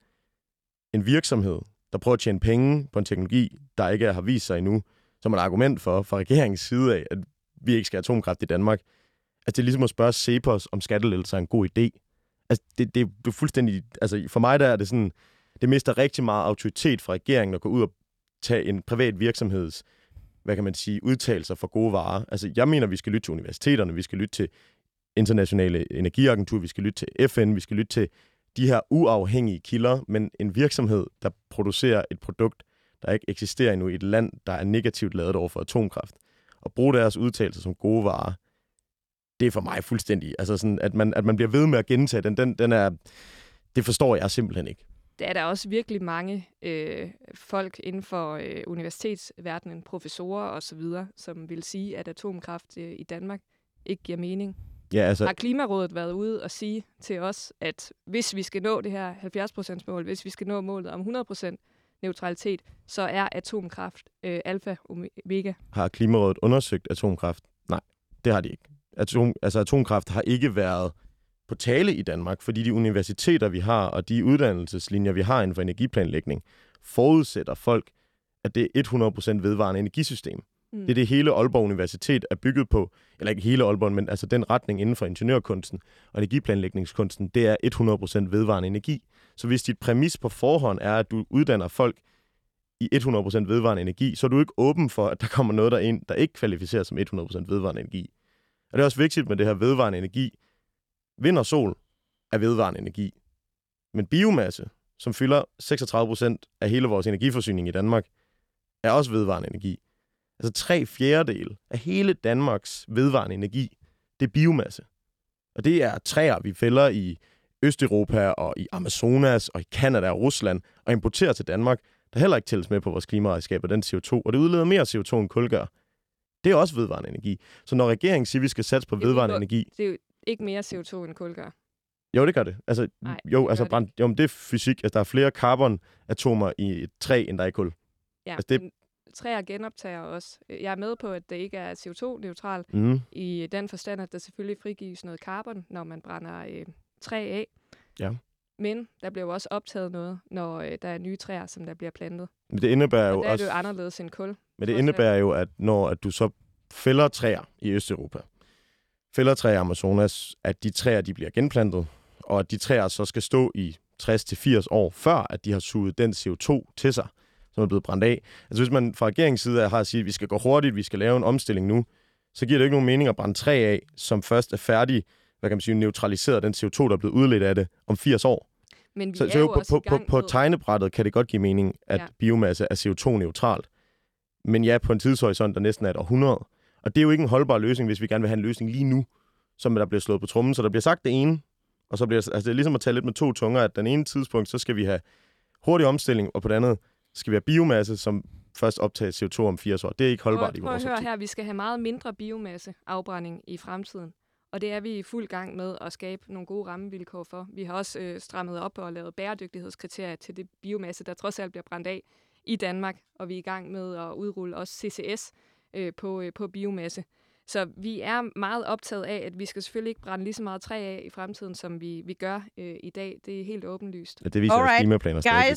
en virksomhed, der prøver at tjene penge på en teknologi, der ikke har vist sig endnu, som et argument for, fra regeringens side af, at vi ikke skal have atomkraft i Danmark. Altså det er ligesom at spørge Cepos, om skattelettelser er en god idé. Altså det, det, det er fuldstændig... Altså for mig der er det sådan... Det mister rigtig meget autoritet fra regeringen at gå ud og tage en privat virksomheds, hvad kan man sige, udtalelser for gode varer. Altså jeg mener, vi skal lytte til universiteterne, vi skal lytte til internationale energiagentur, vi skal lytte til F N, vi skal lytte til de her uafhængige kilder, men en virksomhed, der producerer et produkt, der ikke eksisterer endnu i et land, der er negativt lavet over for atomkraft, og bruge deres udtalelser som gode varer, det er for mig fuldstændig, altså sådan, at man, at man bliver ved med at gentage den, den, den er, det forstår jeg simpelthen ikke. Der er der også virkelig mange øh, folk inden for øh, universitetsverdenen, professorer osv., som vil sige, at atomkraft øh, i Danmark ikke giver mening. Ja, altså... Har Klimarådet været ude og sige til os, at hvis vi skal nå det her halvfjerds procent mål, hvis vi skal nå målet om hundrede procent neutralitet, så er atomkraft øh, alfa og omega. Har Klimarådet undersøgt atomkraft? Nej, det har de ikke. Atom, altså atomkraft har ikke været på tale i Danmark, fordi de universiteter, vi har, og de uddannelseslinjer, vi har inden for energiplanlægning, forudsætter folk, at det er hundrede procent vedvarende energisystem. Mm. Det er det, hele Aalborg Universitet er bygget på, eller ikke hele Aalborg, men altså den retning inden for ingeniørkunsten og energiplanlægningskunsten, det er hundrede procent vedvarende energi. Så hvis dit præmis på forhånd er, at du uddanner folk i hundrede procent vedvarende energi, så er du ikke åben for, at der kommer noget derind, der ikke kvalificerer som hundrede procent vedvarende energi. Og det er også vigtigt med det her vedvarende energi. Vind og sol er vedvarende energi. Men biomasse, som fylder seksogtredive procent af hele vores energiforsyning i Danmark, er også vedvarende energi. Altså tre fjerdedel af hele Danmarks vedvarende energi, det er biomasse. Og det er træer, vi fælder i Østeuropa og i Amazonas og i Canada og Rusland og importerer til Danmark, der heller ikke tælles med på vores klimaregnskab og den C O to, og det udleder mere C O to end kul gør. Det er også vedvarende energi. Så når regeringen siger, at vi skal satse på vedvarende energi... Det er jo ikke mere C O to end kul gør. Jo, det gør det. Altså, Nej, jo, det altså gør brand, jo, men det er fysik. Altså, der er flere carbonatomer i et træ, end der er i kul. Ja, altså, det... men træer genoptager også. Jeg er med på, at det ikke er C O to neutral mm. i den forstand, at der selvfølgelig frigives noget carbon, når man brænder øh, træ af. Ja. Men der bliver jo også optaget noget, når øh, der er nye træer, som der bliver plantet. Men det indebærer jo og der er også... det jo anderledes end kul. Men det indebærer jo, at når at du så fælder træer i Østeuropa, fælder træer i Amazonas, at de træer de bliver genplantet, og at de træer så skal stå i tres til firs år, før at de har suget den C O to til sig, som er blevet brændt af. Altså hvis man fra regeringens side har at sige, at vi skal gå hurtigt, vi skal lave en omstilling nu, så giver det ikke nogen mening at brænde træ af, som først er færdig, hvad kan man sige, neutraliseret den C O to, der er blevet udledt af det om firs år. Men vi så er så jo på, også på, på, på tegnebrættet kan det godt give mening, at ja. biomasse er C O to neutralt. Men ja, på en tidshorisont, der næsten er et århundrede. Og det er jo ikke en holdbar løsning, hvis vi gerne vil have en løsning lige nu, som der bliver slået på trommen. Så der bliver sagt det ene, og så bliver altså det er ligesom at tale lidt med to tunger, at den ene tidspunkt, så skal vi have hurtig omstilling, og på det andet skal vi have biomasse, som først optager C O to om firs år. Det er ikke holdbart i vores optik. Prøv at høre her, vi skal have meget mindre biomasseafbrænding i fremtiden. Og det er vi i fuld gang med at skabe nogle gode rammevilkår for. Vi har også øh, strammet op og lavet bæredygtighedskriterier til det biomasse, der trods alt bliver brændt af i Danmark. Og vi er i gang med at udrulle også C C S øh, på, øh, på biomasse. Så vi er meget optaget af, at vi skal selvfølgelig ikke brænde lige så meget træ af i fremtiden, som vi, vi gør øh, i dag. Det er helt åbenlyst. Ja, det viser Alright, klimaplaner stadig, guys.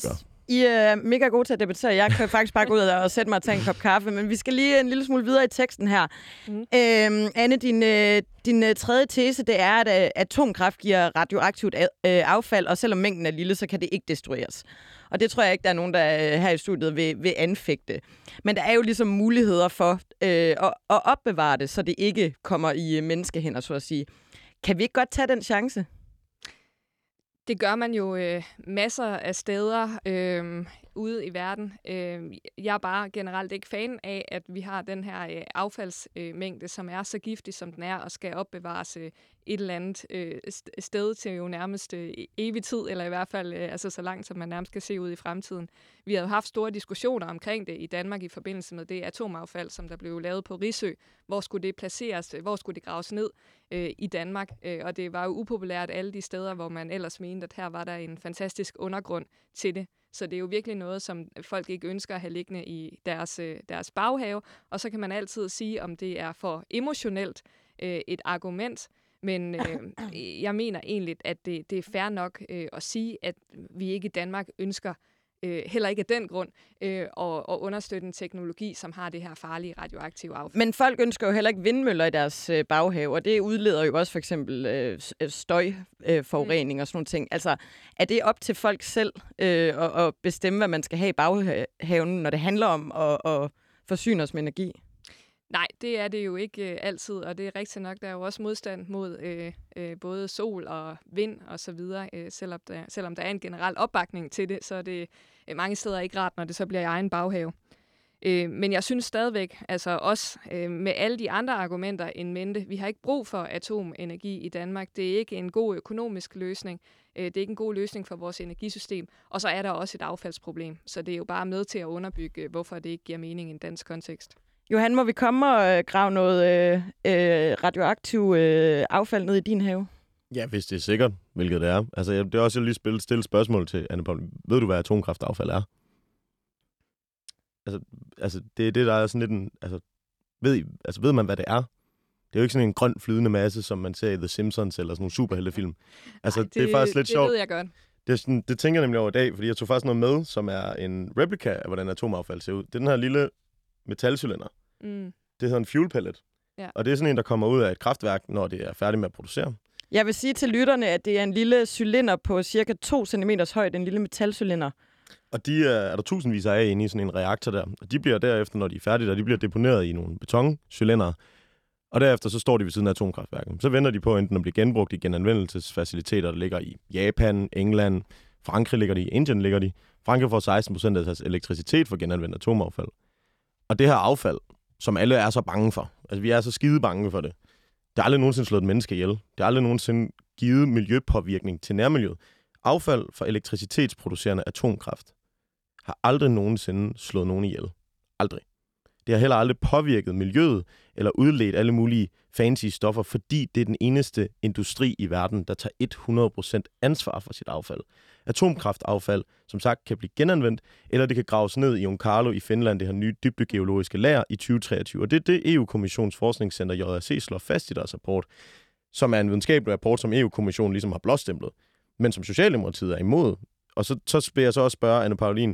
I er mega gode til at debattere. Jeg kan faktisk bare gå ud og sætte mig og tage en kop kaffe, men vi skal lige en lille smule videre i teksten her. Mm. Øhm, Anne, din, øh, din øh, tredje tese, det er, at øh, atomkraft giver radioaktivt øh, affald, og selvom mængden er lille, så kan det ikke destrueres. Og det tror jeg ikke, der er nogen, der øh, her i studiet vil, vil anfægte. Men der er jo ligesom muligheder for øh, at, at opbevare det, så det ikke kommer i menneskehænder, så at sige. Kan vi ikke godt tage den chance? Det gør man jo øh, masser af steder øh, ude i verden. Øh, jeg er bare generelt ikke fan af, at vi har den her øh, affaldsmængde, øh, som er så giftig, som den er, og skal opbevares øh, et eller andet øh, sted til jo nærmest øh, evig tid, eller i hvert fald øh, altså så langt, som man nærmest kan se ud i fremtiden. Vi har jo haft store diskussioner omkring det i Danmark i forbindelse med det atomaffald, som der blev lavet på Risø. Hvor skulle det placeres? Hvor skulle det graves ned øh, i Danmark? Øh, og det var jo upopulært alle de steder, hvor man ellers mente, at her var der en fantastisk undergrund til det. Så det er jo virkelig noget, som folk ikke ønsker at have liggende i deres, øh, deres baghave. Og så kan man altid sige, om det er for emotionelt øh, et argument. Men øh, jeg mener egentlig, at det, det er fair nok øh, at sige, at vi ikke i Danmark ønsker, øh, heller ikke af den grund, øh, at, at understøtte en teknologi, som har det her farlige radioaktive affald. Men folk ønsker jo heller ikke vindmøller i deres øh, baghave, og det udleder jo også for eksempel øh, støjforurening øh, mm. og sådan nogle ting. Altså, er det op til folk selv øh, at, at bestemme, hvad man skal have i baghaven, når det handler om at, at forsyne os med energi? Nej, det er det jo ikke øh, altid, og det er rigtigt nok. Der er jo også modstand mod øh, øh, både sol og vind og så videre. Øh, selvom, der, selvom der er en generel opbakning til det, så er det øh, mange steder ikke rart, når det så bliver i egen baghave. Øh, men jeg synes stadigvæk, altså også øh, med alle de andre argumenter in mente, vi har ikke brug for atomenergi i Danmark. Det er ikke en god økonomisk løsning. Øh, det er ikke en god løsning for vores energisystem. Og så er der også et affaldsproblem. Så det er jo bare med til at underbygge, hvorfor det ikke giver mening i en dansk kontekst. Johan, må vi komme og øh, grave noget øh, øh, radioaktiv øh, affald ned i din have? Ja, hvis det er sikkert, hvilket det er. Altså, jeg, det er også, jeg lige spille, stille spørgsmål til Anne Paul. Ved du, hvad atomkraftaffald er? Altså, altså, det er det, der er sådan lidt en... Altså ved, I, altså, ved man, hvad det er? Det er jo ikke sådan en grøn flydende masse, som man ser i The Simpsons eller sådan nogle superheltefilm. Altså, Ej, det, det er faktisk lidt det sjovt. Det ved jeg godt. Det, er sådan, det tænker jeg nemlig over i dag, fordi jeg tog faktisk noget med, som er en replika af, hvordan atomaffald ser ud. Det er den her lille metalcylinder. Mm. Det hedder en fuel pellet. Ja. Og det er sådan en, der kommer ud af et kraftværk, når det er færdigt med at producere. Jeg vil sige til lytterne, at det er en lille cylinder på cirka to centimeter højde, en lille metalcylinder. Og de er, er der tusindvis af inde i sådan en reaktor der. Og de bliver derefter, når de er færdige, og de bliver deponeret i nogle betoncylindere. Og derefter så står de ved siden af atomkraftværket. Så venter de på enten at blive genbrugt i genanvendelsesfaciliteter, der ligger i Japan, England, Frankrig ligger de, Indien ligger de. Frankrig får seksten procent af deres elektricitet for genanvendt atomaffald. Og det her affald, som alle er så bange for, altså vi er så skide bange for det, det har aldrig nogensinde slået et menneske ihjel. Det har aldrig nogensinde givet miljøpåvirkning til nærmiljøet. Affald fra elektricitetsproducerende atomkraft har aldrig nogensinde slået nogen ihjel. Aldrig. Det har heller aldrig påvirket miljøet eller udledt alle mulige fancy stoffer, fordi det er den eneste industri i verden, der tager hundrede procent ansvar for sit affald. Atomkraftaffald, som sagt, kan blive genanvendt, eller det kan graves ned i Onkalo i Finland, det her nye dybdegeologiske lager i tyve treogtyve. Og det er det, E U-kommissions forskningscenter J R C slår fast i deres rapport, som er en videnskabelig rapport, som E U-kommissionen ligesom har blåstemplet, men som Socialdemokratiet er imod. Og så, så vil jeg så også spørge Anne Pauline,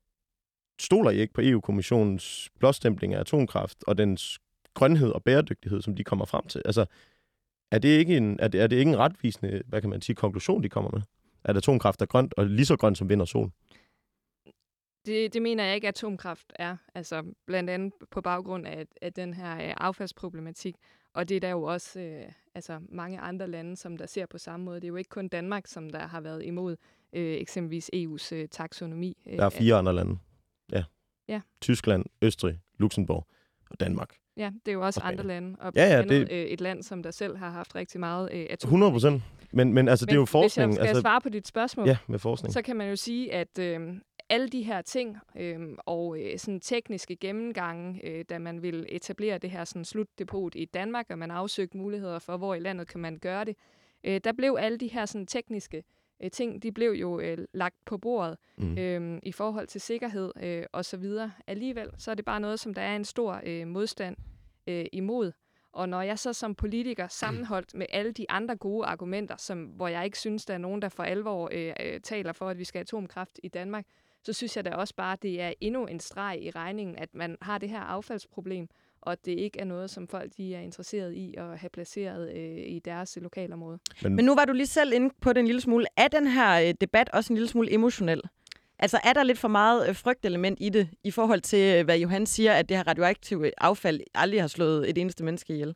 stoler I ikke på E U-kommissionens blåstempling af atomkraft og dens grønhed og bæredygtighed, som de kommer frem til? Altså, er det ikke en, er det, er det ikke en retvisende, hvad kan man sige, konklusion, de kommer med? At atomkraft er grønt, og lige så grønt som vind og sol? Det, det mener jeg ikke, at atomkraft er. Altså, blandt andet på baggrund af, af den her øh, affaldsproblematik. Og det er der jo også øh, altså, mange andre lande, som der ser på samme måde. Det er jo ikke kun Danmark, som der har været imod øh, eksempelvis E U's øh, taksonomi. Øh, der er fire andre lande. Ja. ja. Tyskland, Østrig, Luxembourg og Danmark. Ja, det er jo også andre lande. Og ja, ja, andet, det... et land, som der selv har haft rigtig meget øh, atom. hundrede procent. Men, men altså, men det er jo forskning. Hvis jeg skal altså... svare på dit spørgsmål, ja, med forskning. så kan man jo sige, at øh, alle de her ting øh, og øh, sådan tekniske gennemgange, øh, da man vil etablere det her sådan slutdepot i Danmark, og man afsøgte muligheder for, hvor i landet kan man gøre det, øh, der blev alle de her sådan tekniske øh, ting, de blev jo øh, lagt på bordet mm. øh, i forhold til sikkerhed øh, og så videre. Alligevel så er det bare noget, som der er en stor øh, modstand øh, imod. Og når jeg så som politiker sammenholdt med alle de andre gode argumenter, som, hvor jeg ikke synes, der er nogen, der for alvor øh, øh, taler for, at vi skal have atomkraft i Danmark, så synes jeg da også bare, det er endnu en streg i regningen, at man har det her affaldsproblem, og at det ikke er noget, som folk de er interesseret i at have placeret øh, i deres lokalområde. Men, Men nu var du lige selv inde på den en lille smule. Er den her øh, debat også en lille smule emotionel? Altså er der lidt for meget øh, frygtelement i det, i forhold til, øh, hvad Johan siger, at det her radioaktive affald aldrig har slået et eneste menneske ihjel?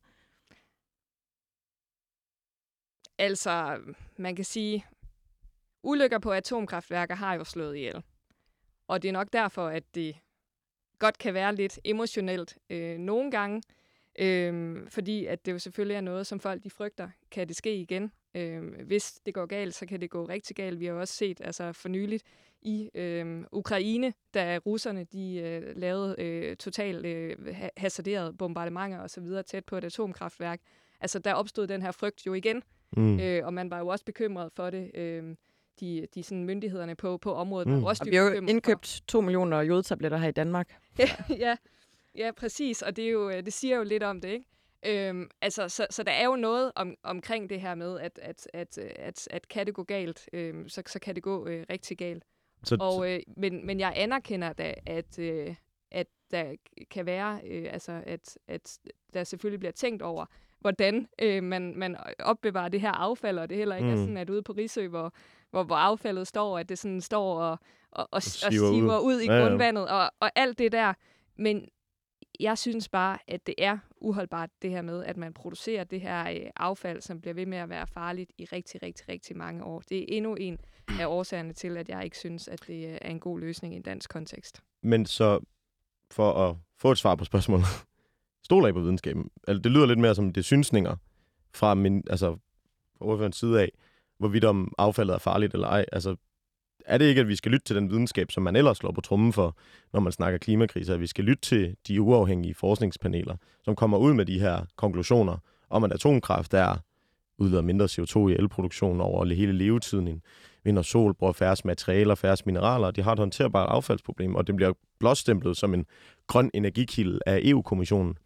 Altså, man kan sige, ulykker på atomkraftværker har jo slået ihjel. Og det er nok derfor, at det godt kan være lidt emotionelt øh, nogle gange, øh, fordi at det jo selvfølgelig er noget, som folk de frygter, kan det ske igen. Øh, hvis det går galt, så kan det gå rigtig galt. Vi har jo også set altså for nyligt i øh, Ukraine, da russerne de øh, lavede øh, totalt øh, hasarderede bombardementer og så videre tæt på et atomkraftværk. Altså der opstod den her frygt jo igen, mm. øh, og man var jo også bekymret for det. Øh, de, de sådan myndighederne på, på området. Mm. Også og vi har jo indkøbt to millioner jodtabletter her i Danmark. ja, ja, ja, præcis, og det, er jo, det siger jo lidt om det, ikke? Øhm, altså, så, så der er jo noget om, omkring det her med, at, at, at, at, at kan det gå galt, øhm, så, så kan det gå øh, rigtig galt. Så, og, øh, men, men jeg anerkender da, at, øh, at der kan være, øh, altså, at, at der selvfølgelig bliver tænkt over, hvordan øh, man, man opbevarer det her affald, og det heller ikke mm. er sådan, at ude på Risø, hvor, hvor, hvor affaldet står, at det sådan står og, og, og, og siver ud, ud i ja, grundvandet, ja. Og, og alt det der. Men jeg synes bare, at det er uholdbart, det her med, at man producerer det her øh, affald, som bliver ved med at være farligt i rigtig, rigtig, rigtig mange år. Det er endnu en af årsagerne til, at jeg ikke synes, at det er en god løsning i en dansk kontekst. Men så, for at få et svar på spørgsmålet, stoler I på videnskaben? Altså, det lyder lidt mere som det synsninger fra min, altså, overførens side af, hvorvidt om affaldet er farligt eller ej. Altså, er det ikke, at vi skal lytte til den videnskab, som man ellers slår på trommen for, når man snakker klimakrise, at vi skal lytte til de uafhængige forskningspaneler, som kommer ud med de her konklusioner om, at atomkraft er udleder mindre C O to i elproduktion over hele levetiden. Vind og sol bruger færre materialer, færre mineraler, og de har et håndterbart affaldsproblem, og det bliver blåstemplet som en grøn energikilde af E U-kommissionen.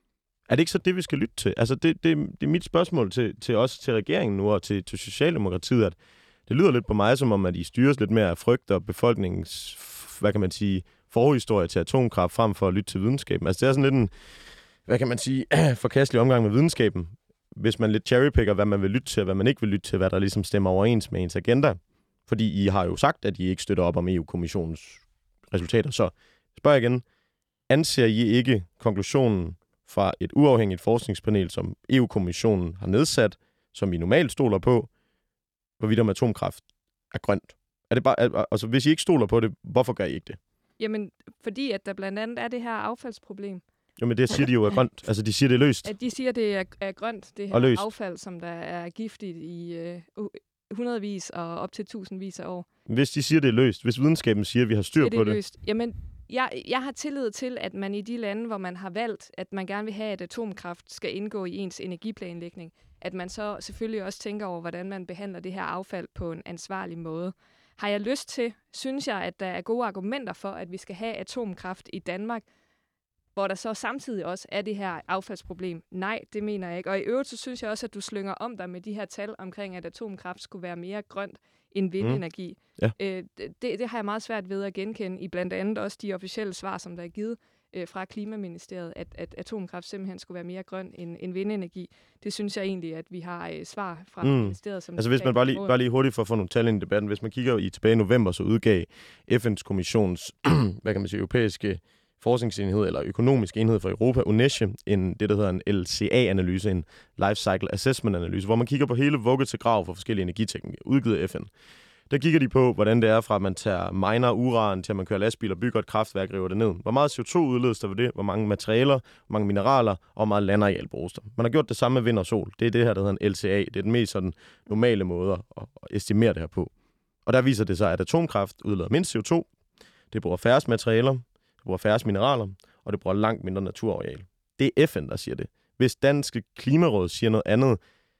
Er det ikke så det, vi skal lytte til? Altså, det, det, det er mit spørgsmål til, til os, til regeringen nu, og til, til Socialdemokratiet, at det lyder lidt på mig, som om, at I styres lidt mere af frygt og befolkningens, hvad kan man sige, forhistorie til atomkraft, frem for at lytte til videnskaben. Altså, det er sådan lidt en, hvad kan man sige, forkastelig omgang med videnskaben, hvis man lidt cherrypicker, hvad man vil lytte til, og hvad man ikke vil lytte til, hvad der ligesom stemmer overens med ens agenda. Fordi I har jo sagt, at I ikke støtter op om E U-kommissionens resultater. Så spørg igen, anser I ikke konklusionen fra et uafhængigt forskningspanel, som E U-kommissionen har nedsat, som I normalt stoler på, hvorvidt om atomkraft er grønt? Er det bare, altså, hvis I ikke stoler på det, hvorfor gør I ikke det? Jamen, fordi at der blandt andet er det her affaldsproblem. Jo, men det siger de jo er grønt. Altså, de siger, det er løst. At de siger, det er, er grønt, det her affald, som der er giftigt i øh, hundredvis og op til tusindvis af år. Hvis de siger, det er løst, hvis videnskaben siger, at vi har styr det på det. Løst. Jamen, jeg, jeg har tillid til, at man i de lande, hvor man har valgt, at man gerne vil have, at atomkraft skal indgå i ens energiplanlægning, at man så selvfølgelig også tænker over, hvordan man behandler det her affald på en ansvarlig måde. Har jeg lyst til, synes jeg, at der er gode argumenter for, at vi skal have atomkraft i Danmark, hvor der så samtidig også er det her affaldsproblem? Nej, det mener jeg ikke. Og i øvrigt, så synes jeg også, at du slynger om dig med de her tal omkring, at atomkraft skulle være mere grønt end vindenergi. Mm. Ja. Øh, det, det har jeg meget svært ved at genkende i blandt andet også de officielle svar, som der er givet øh, fra Klimaministeriet, at, at atomkraft simpelthen skulle være mere grøn end, end vindenergi. Det synes jeg egentlig, at vi har øh, svar fra mm. ministeriet. Som altså hvis man bare lige, bare lige hurtigt for at få nogle tal ind i debatten, hvis man kigger i tilbage i november, så udgav F N's kommissions, hvad kan man sige, europæiske forskningsenhed eller økonomisk enhed for Europa, UNESCE, en, det der hedder en L C A-analyse, en Life Cycle Assessment-analyse, hvor man kigger på hele vugge til grav for forskellige energiteknologier, udgivet af F N. Der kigger de på, hvordan det er fra, at man tager miner uran til, at man kører lastbil og bygger et kraftværk, river det ned. Hvor meget C O to udledes der ved det? Hvor mange materialer, hvor mange mineraler og hvor meget landareal bruges der? Man har gjort det samme med vind og sol. Det er det her, der hedder en L C A. Det er den mest sådan normale måde at estimere det her på. Og der viser det sig, at atomkraft udleder mindst C O to. Det bruger færrest materialer. Det bruger færre mineraler, og det bruger langt mindre naturareal. Det er F N, der siger det. Hvis Danske Klimaråd siger noget andet,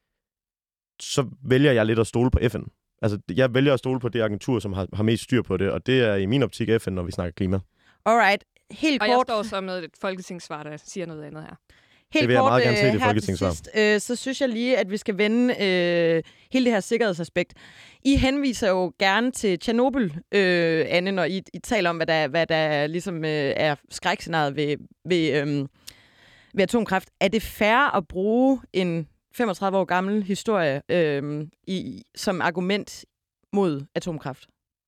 så vælger jeg lidt at stole på F N. Altså, jeg vælger at stole på det agentur, som har, har mest styr på det, og det er i min optik F N, når vi snakker klima. Alright, helt og kort. Og jeg står så med et folketingssvar, der siger noget andet her. Helt det vil jeg kort, meget gerne se i det her folketingssvar. til sidst, øh, så synes jeg lige, at vi skal vende øh, hele det her sikkerhedsaspekt. I henviser jo gerne til Tjernobyl, øh, Anne, når I, I taler om, hvad der, hvad der ligesom øh, er skrækscenariet ved, ved, øh, ved atomkraft. Er det fair at bruge en femogtredive år gammel historie øh, i, som argument mod atomkraft?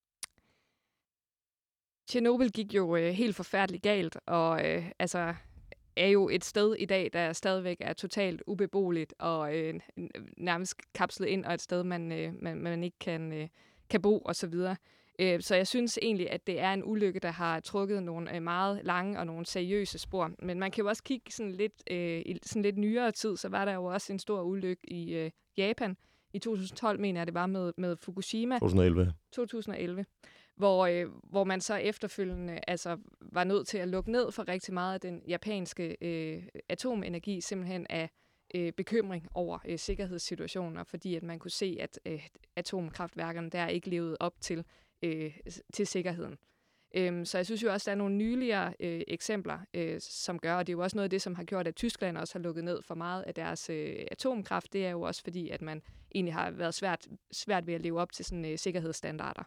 Tjernobyl gik jo øh, helt forfærdeligt galt, og øh, altså er jo et sted i dag, der stadigvæk er totalt ubeboeligt og øh, nærmest kapslet ind, og et sted, man, øh, man, man ikke kan, øh, kan bo osv. Øh, så jeg synes egentlig, at det er en ulykke, der har trukket nogle øh, meget lange og nogle seriøse spor. Men man kan jo også kigge sådan lidt, øh, i sådan lidt nyere tid, så var der jo også en stor ulykke i øh, Japan. I to tusind og tolv mener jeg, det var med, med Fukushima. to tusind og elleve. to tusind og elleve. Hvor, øh, hvor man så efterfølgende altså, var nødt til at lukke ned for rigtig meget af den japanske øh, atomenergi, simpelthen af øh, bekymring over øh, sikkerhedssituationer, fordi at man kunne se, at øh, atomkraftværkerne der ikke levede op til, øh, til sikkerheden. Øhm, så jeg synes jo også, der er nogle nyligere øh, eksempler, øh, som gør, og det er jo også noget af det, som har gjort, at Tyskland også har lukket ned for meget af deres øh, atomkraft. Det er jo også fordi, at man egentlig har været svært, svært ved at leve op til sådan øh, sikkerhedsstandarder.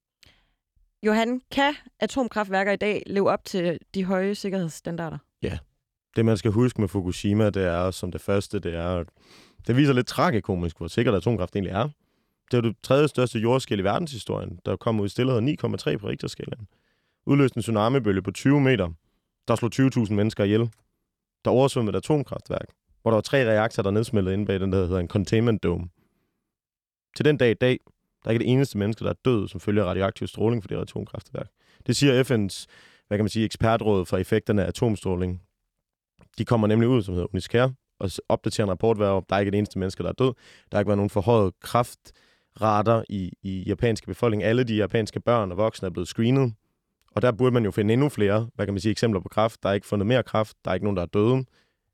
Johan, kan atomkraftværker i dag leve op til de høje sikkerhedsstandarder? Ja. Det, man skal huske med Fukushima, det er som det første, det er... Det viser lidt tragikomisk, hvor sikkert atomkraft egentlig er. Det er jo det tredje største jordskælv i verdenshistorien, der kom ud i stillhed ni komma tre på Richterskalaen. Udløste en tsunamibølge på tyve meter, der slog tyve tusind mennesker ihjel. Der oversvømmede et atomkraftværk, hvor der var tre reaktorer, der nedsmeltede inde bag den, der hedder en containment dome. Til den dag i dag, der er ikke det eneste menneske, der er død, som følger radioaktiv stråling for det atomkraftværk. Det siger F N's, hvad kan man sige, ekspertråd for effekterne af atomstråling. De kommer nemlig ud, som hedder UNISCARE, og opdaterer en rapport hver år. Der er ikke det eneste menneske, der er død. Der har ikke været nogen forhøjet kraftrater i, i japanske befolkning. Alle de japanske børn og voksne er blevet screenet. Og der burde man jo finde endnu flere, hvad kan man sige, eksempler på kræft. Der er ikke fundet mere kræft. Der er ikke nogen, der er døde.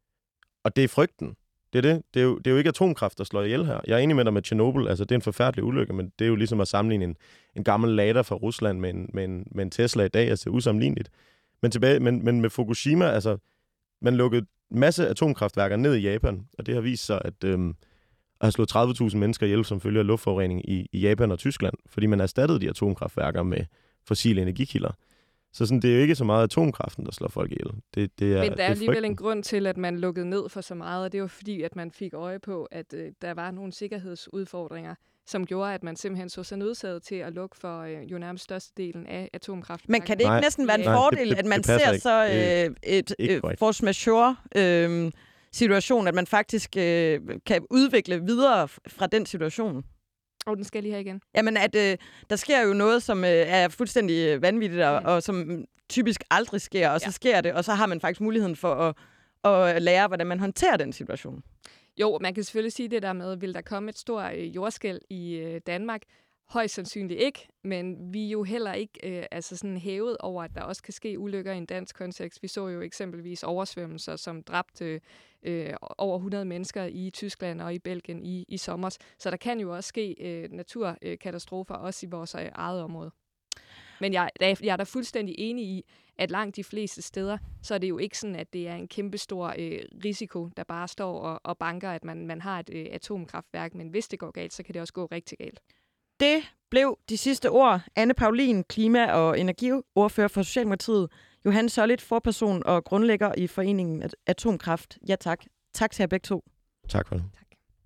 Og det er frygten. Det er det. Det er jo, det er jo ikke atomkraft, der slår ihjel her. Jeg er enig med dig med Tjernobyl. Altså, det er en forfærdelig ulykke, men det er jo ligesom at sammenligne en, en gammel lader fra Rusland med en, med, en, med en Tesla i dag. Altså, det er usammenligneligt. Men, tilbage, men, men med Fukushima, altså, man lukkede en masse atomkraftværker ned i Japan, og det har vist sig, at øhm, at have slået tredive tusind mennesker ihjel som følge af luftforurening i, i Japan og Tyskland, fordi man erstattede de atomkraftværker med fossile energikilder. Så sådan, det er jo ikke så meget atomkraften, der slår folk ihjel. Det, det er, Men der er, er alligevel frygten. en grund til, at man lukkede ned for så meget, og det var fordi, at man fik øje på, at øh, der var nogle sikkerhedsudfordringer, som gjorde, at man simpelthen så sig nødsaget til at lukke for øh, jo nærmest størstedelen af atomkraft. Men kan det ikke Nej. næsten være en Nej, fordel, det- det- at man det passer ser ikke. så Det er øh, et ikke øh, korrekt. force majeure øh, situation, at man faktisk øh, kan udvikle videre f- fra den situation? Og den skal jeg lige have igen. Jamen, at øh, der sker jo noget, som øh, er fuldstændig øh, vanvittigt, og, Mm. og som typisk aldrig sker, og så Ja. sker det, og så har man faktisk muligheden for at, at lære, hvordan man håndterer den situation. Jo, man kan selvfølgelig sige det der med, vil der komme et stort øh, jordskælv i øh, Danmark? Højst sandsynligt ikke, men vi er jo heller ikke øh, altså sådan hævet over, at der også kan ske ulykker i en dansk kontekst. Vi så jo eksempelvis oversvømmelser, som dræbte øh, over hundrede mennesker i Tyskland og i Belgien i, i sommer. Så der kan jo også ske øh, naturkatastrofer, også i vores øh, eget område. Men jeg, jeg er da fuldstændig enig i, at langt de fleste steder, så er det jo ikke sådan, at det er en kæmpestor øh, risiko, der bare står og, og banker, at man, man har et øh, atomkraftværk. Men hvis det går galt, så kan det også gå rigtig galt. Det blev de sidste ord. Anne Paulin, klima- og energiordfører for Socialdemokratiet. Johan Sollit, forperson og grundlægger i foreningen Atomkraft. Ja tak. Tak til jer begge to. Tak for det. Tak.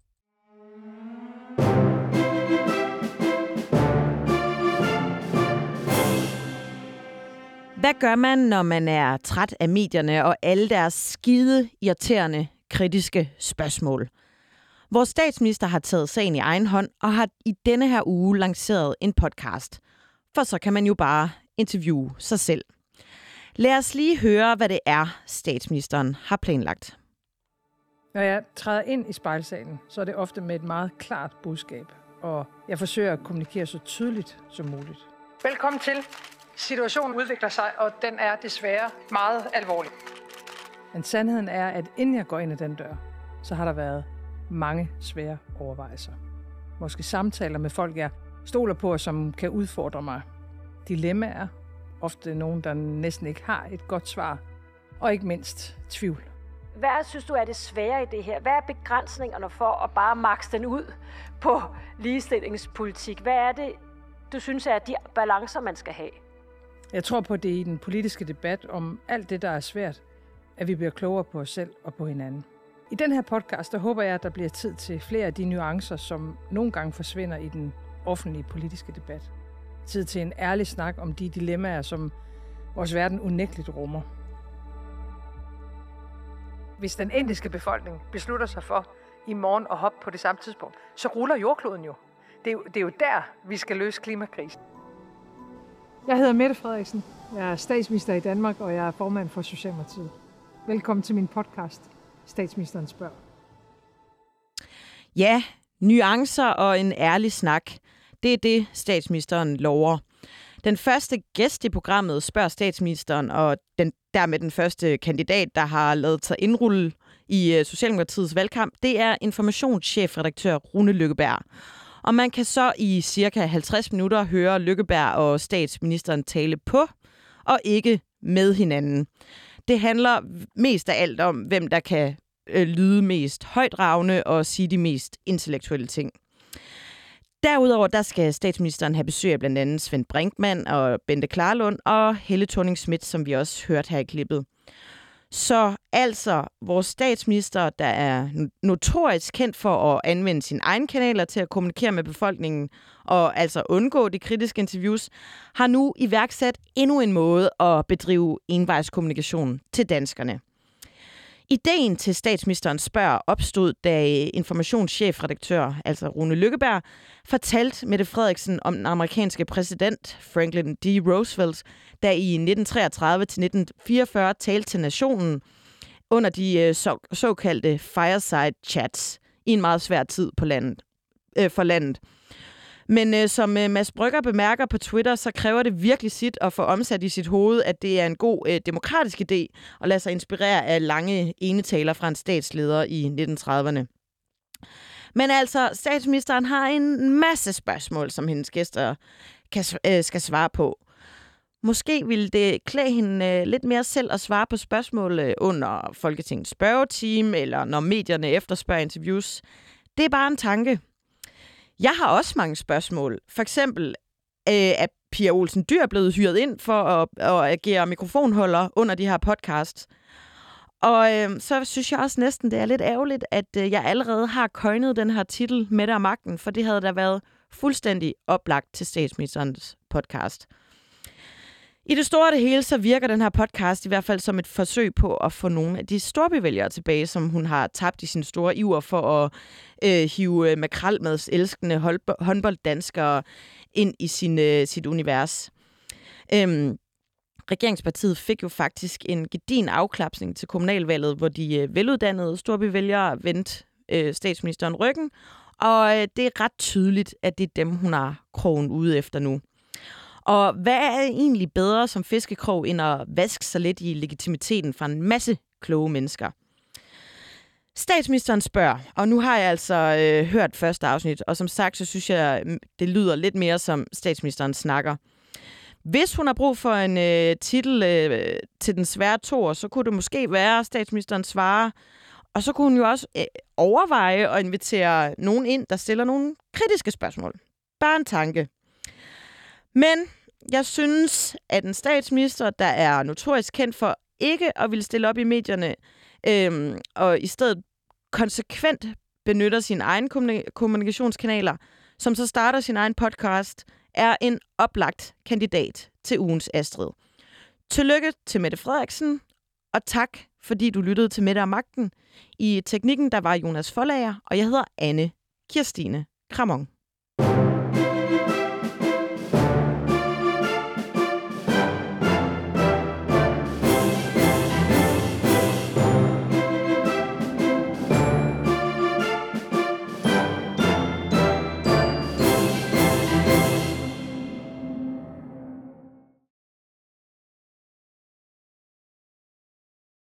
Hvad gør man, når man er træt af medierne og alle deres skide irriterende kritiske spørgsmål? Vores statsminister har taget sagen i egen hånd og har i denne her uge lanceret en podcast. For så kan man jo bare interviewe sig selv. Lad os lige høre, hvad det er, statsministeren har planlagt. Når jeg træder ind i spejlsalen, så er det ofte med et meget klart budskab, og jeg forsøger at kommunikere så tydeligt som muligt. Velkommen til. Situationen udvikler sig, og den er desværre meget alvorlig. Men sandheden er, at inden jeg går ind ad den dør, så har der været mange svære overvejelser. Måske samtaler med folk, jeg stoler på, som kan udfordre mig. Dilemmaer, ofte nogen, der næsten ikke har et godt svar, og ikke mindst tvivl. hvad synes du er det svære i det her? Hvad er begrænsningerne for at bare makse den ud på ligestillingspolitik? Hvad er det, du synes er de balancer, man skal have? Jeg tror på, det i den politiske debat om alt det, der er svært, at vi bliver klogere på os selv og på hinanden. I den her podcast, der håber jeg, at der bliver tid til flere af de nuancer, som nogle gange forsvinder i den offentlige politiske debat. Tid til en ærlig snak om de dilemmaer, som vores verden unægteligt rummer. Hvis den indiske befolkning beslutter sig for i morgen at hoppe på det samme tidspunkt, så ruller jordkloden jo. Det er jo, det er jo der, vi skal løse klimakrisen. Jeg hedder Mette Frederiksen. Jeg er statsminister i Danmark, og jeg er formand for Socialdemokratiet. Velkommen til min podcast, Statsministeren spørger. Ja, nuancer og en ærlig snak. Det er det, statsministeren lover. Den første gæst i programmet spørger statsministeren, og den, dermed den første kandidat, der har lavet sig indrulle i uh, Socialdemokratiets valgkamp, det er informationschefredaktør Rune Lykkeberg. Og man kan så i cirka halvtreds minutter høre Lykkeberg og statsministeren tale på, og ikke med hinanden. Det handler mest af alt om, hvem der kan øh, lyde mest højtravende og sige de mest intellektuelle ting. Derudover der skal statsministeren have besøg af blandt andet Svend Brinkmann og Bente Klarlund og Helle Thorning-Schmidt, som vi også hørte her i klippet. Så altså, vores statsminister, der er notorisk kendt for at anvende sine egne kanaler til at kommunikere med befolkningen og altså undgå de kritiske interviews, har nu iværksat endnu en måde at bedrive envejskommunikation til danskerne. Ideen til statsministeren spørger opstod, da informationschefredaktør, altså Rune Lykkeberg, fortalte Mette Frederiksen om den amerikanske præsident Franklin D. Roosevelt, der i nitten treogtredive til nitten fireogfyrre talte til nationen under de så, såkaldte fireside chats i en meget svær tid på landet, øh, for landet. Men øh, som øh, Mads Brygger bemærker på Twitter, så kræver det virkelig sit at få omsat i sit hoved, at det er en god øh, demokratisk idé at lade sig inspirere af lange enetaler fra en statsleder i nitten trediverne. Men altså, statsministeren har en masse spørgsmål, som hendes gæster kan, øh, skal svare på. Måske ville det klæde hende øh, lidt mere selv at svare på spørgsmål øh, under Folketingets spørgetime, eller når medierne efterspørger interviews. Det er bare en tanke. Jeg har også mange spørgsmål. For eksempel, øh, er Pia Olsen Dyhr blevet hyret ind for at, at agere mikrofonholder under de her podcasts? Og øh, så synes jeg også næsten, det er lidt ærgerligt, at øh, jeg allerede har coinet den her titel, Mette og magten, for det havde da været fuldstændig oplagt til statsministerens podcast. I det store og det hele, så virker den her podcast i hvert fald som et forsøg på at få nogle af de storbyvælgere tilbage, som hun har tabt i sin store iver for at øh, hive makrelmads elskende håndbolddanskere ind i sin, øh, sit univers. Øhm, Regeringspartiet fik jo faktisk en gedigen afklapsning til kommunalvalget, hvor de øh, veluddannede storbyvælgere vendte øh, statsministeren ryggen, og øh, det er ret tydeligt, at det er dem, hun har krogen ude efter nu. Og hvad er egentlig bedre som fiskekrog, end at vaske sig lidt i legitimiteten fra en masse kloge mennesker? Statsministeren spørger, og nu har jeg altså øh, hørt første afsnit, og som sagt, så synes jeg, det lyder lidt mere som statsministeren snakker. Hvis hun har brug for en øh, titel øh, til den svære toer, så kunne det måske være, at statsministeren svarer. Og så kunne hun jo også øh, overveje at invitere nogen ind, der stiller nogle kritiske spørgsmål. Bare en tanke. Men jeg synes, at en statsminister, der er notorisk kendt for ikke at ville stille op i medierne, øhm, og i stedet konsekvent benytter sine egne kommunikationskanaler, som så starter sin egen podcast, er en oplagt kandidat til ugens Astrid. Tillykke til Mette Frederiksen, og tak, fordi du lyttede til Mette og magten. I teknikken, der var Jonas Forlager, og jeg hedder Anne Kirstine Kramon.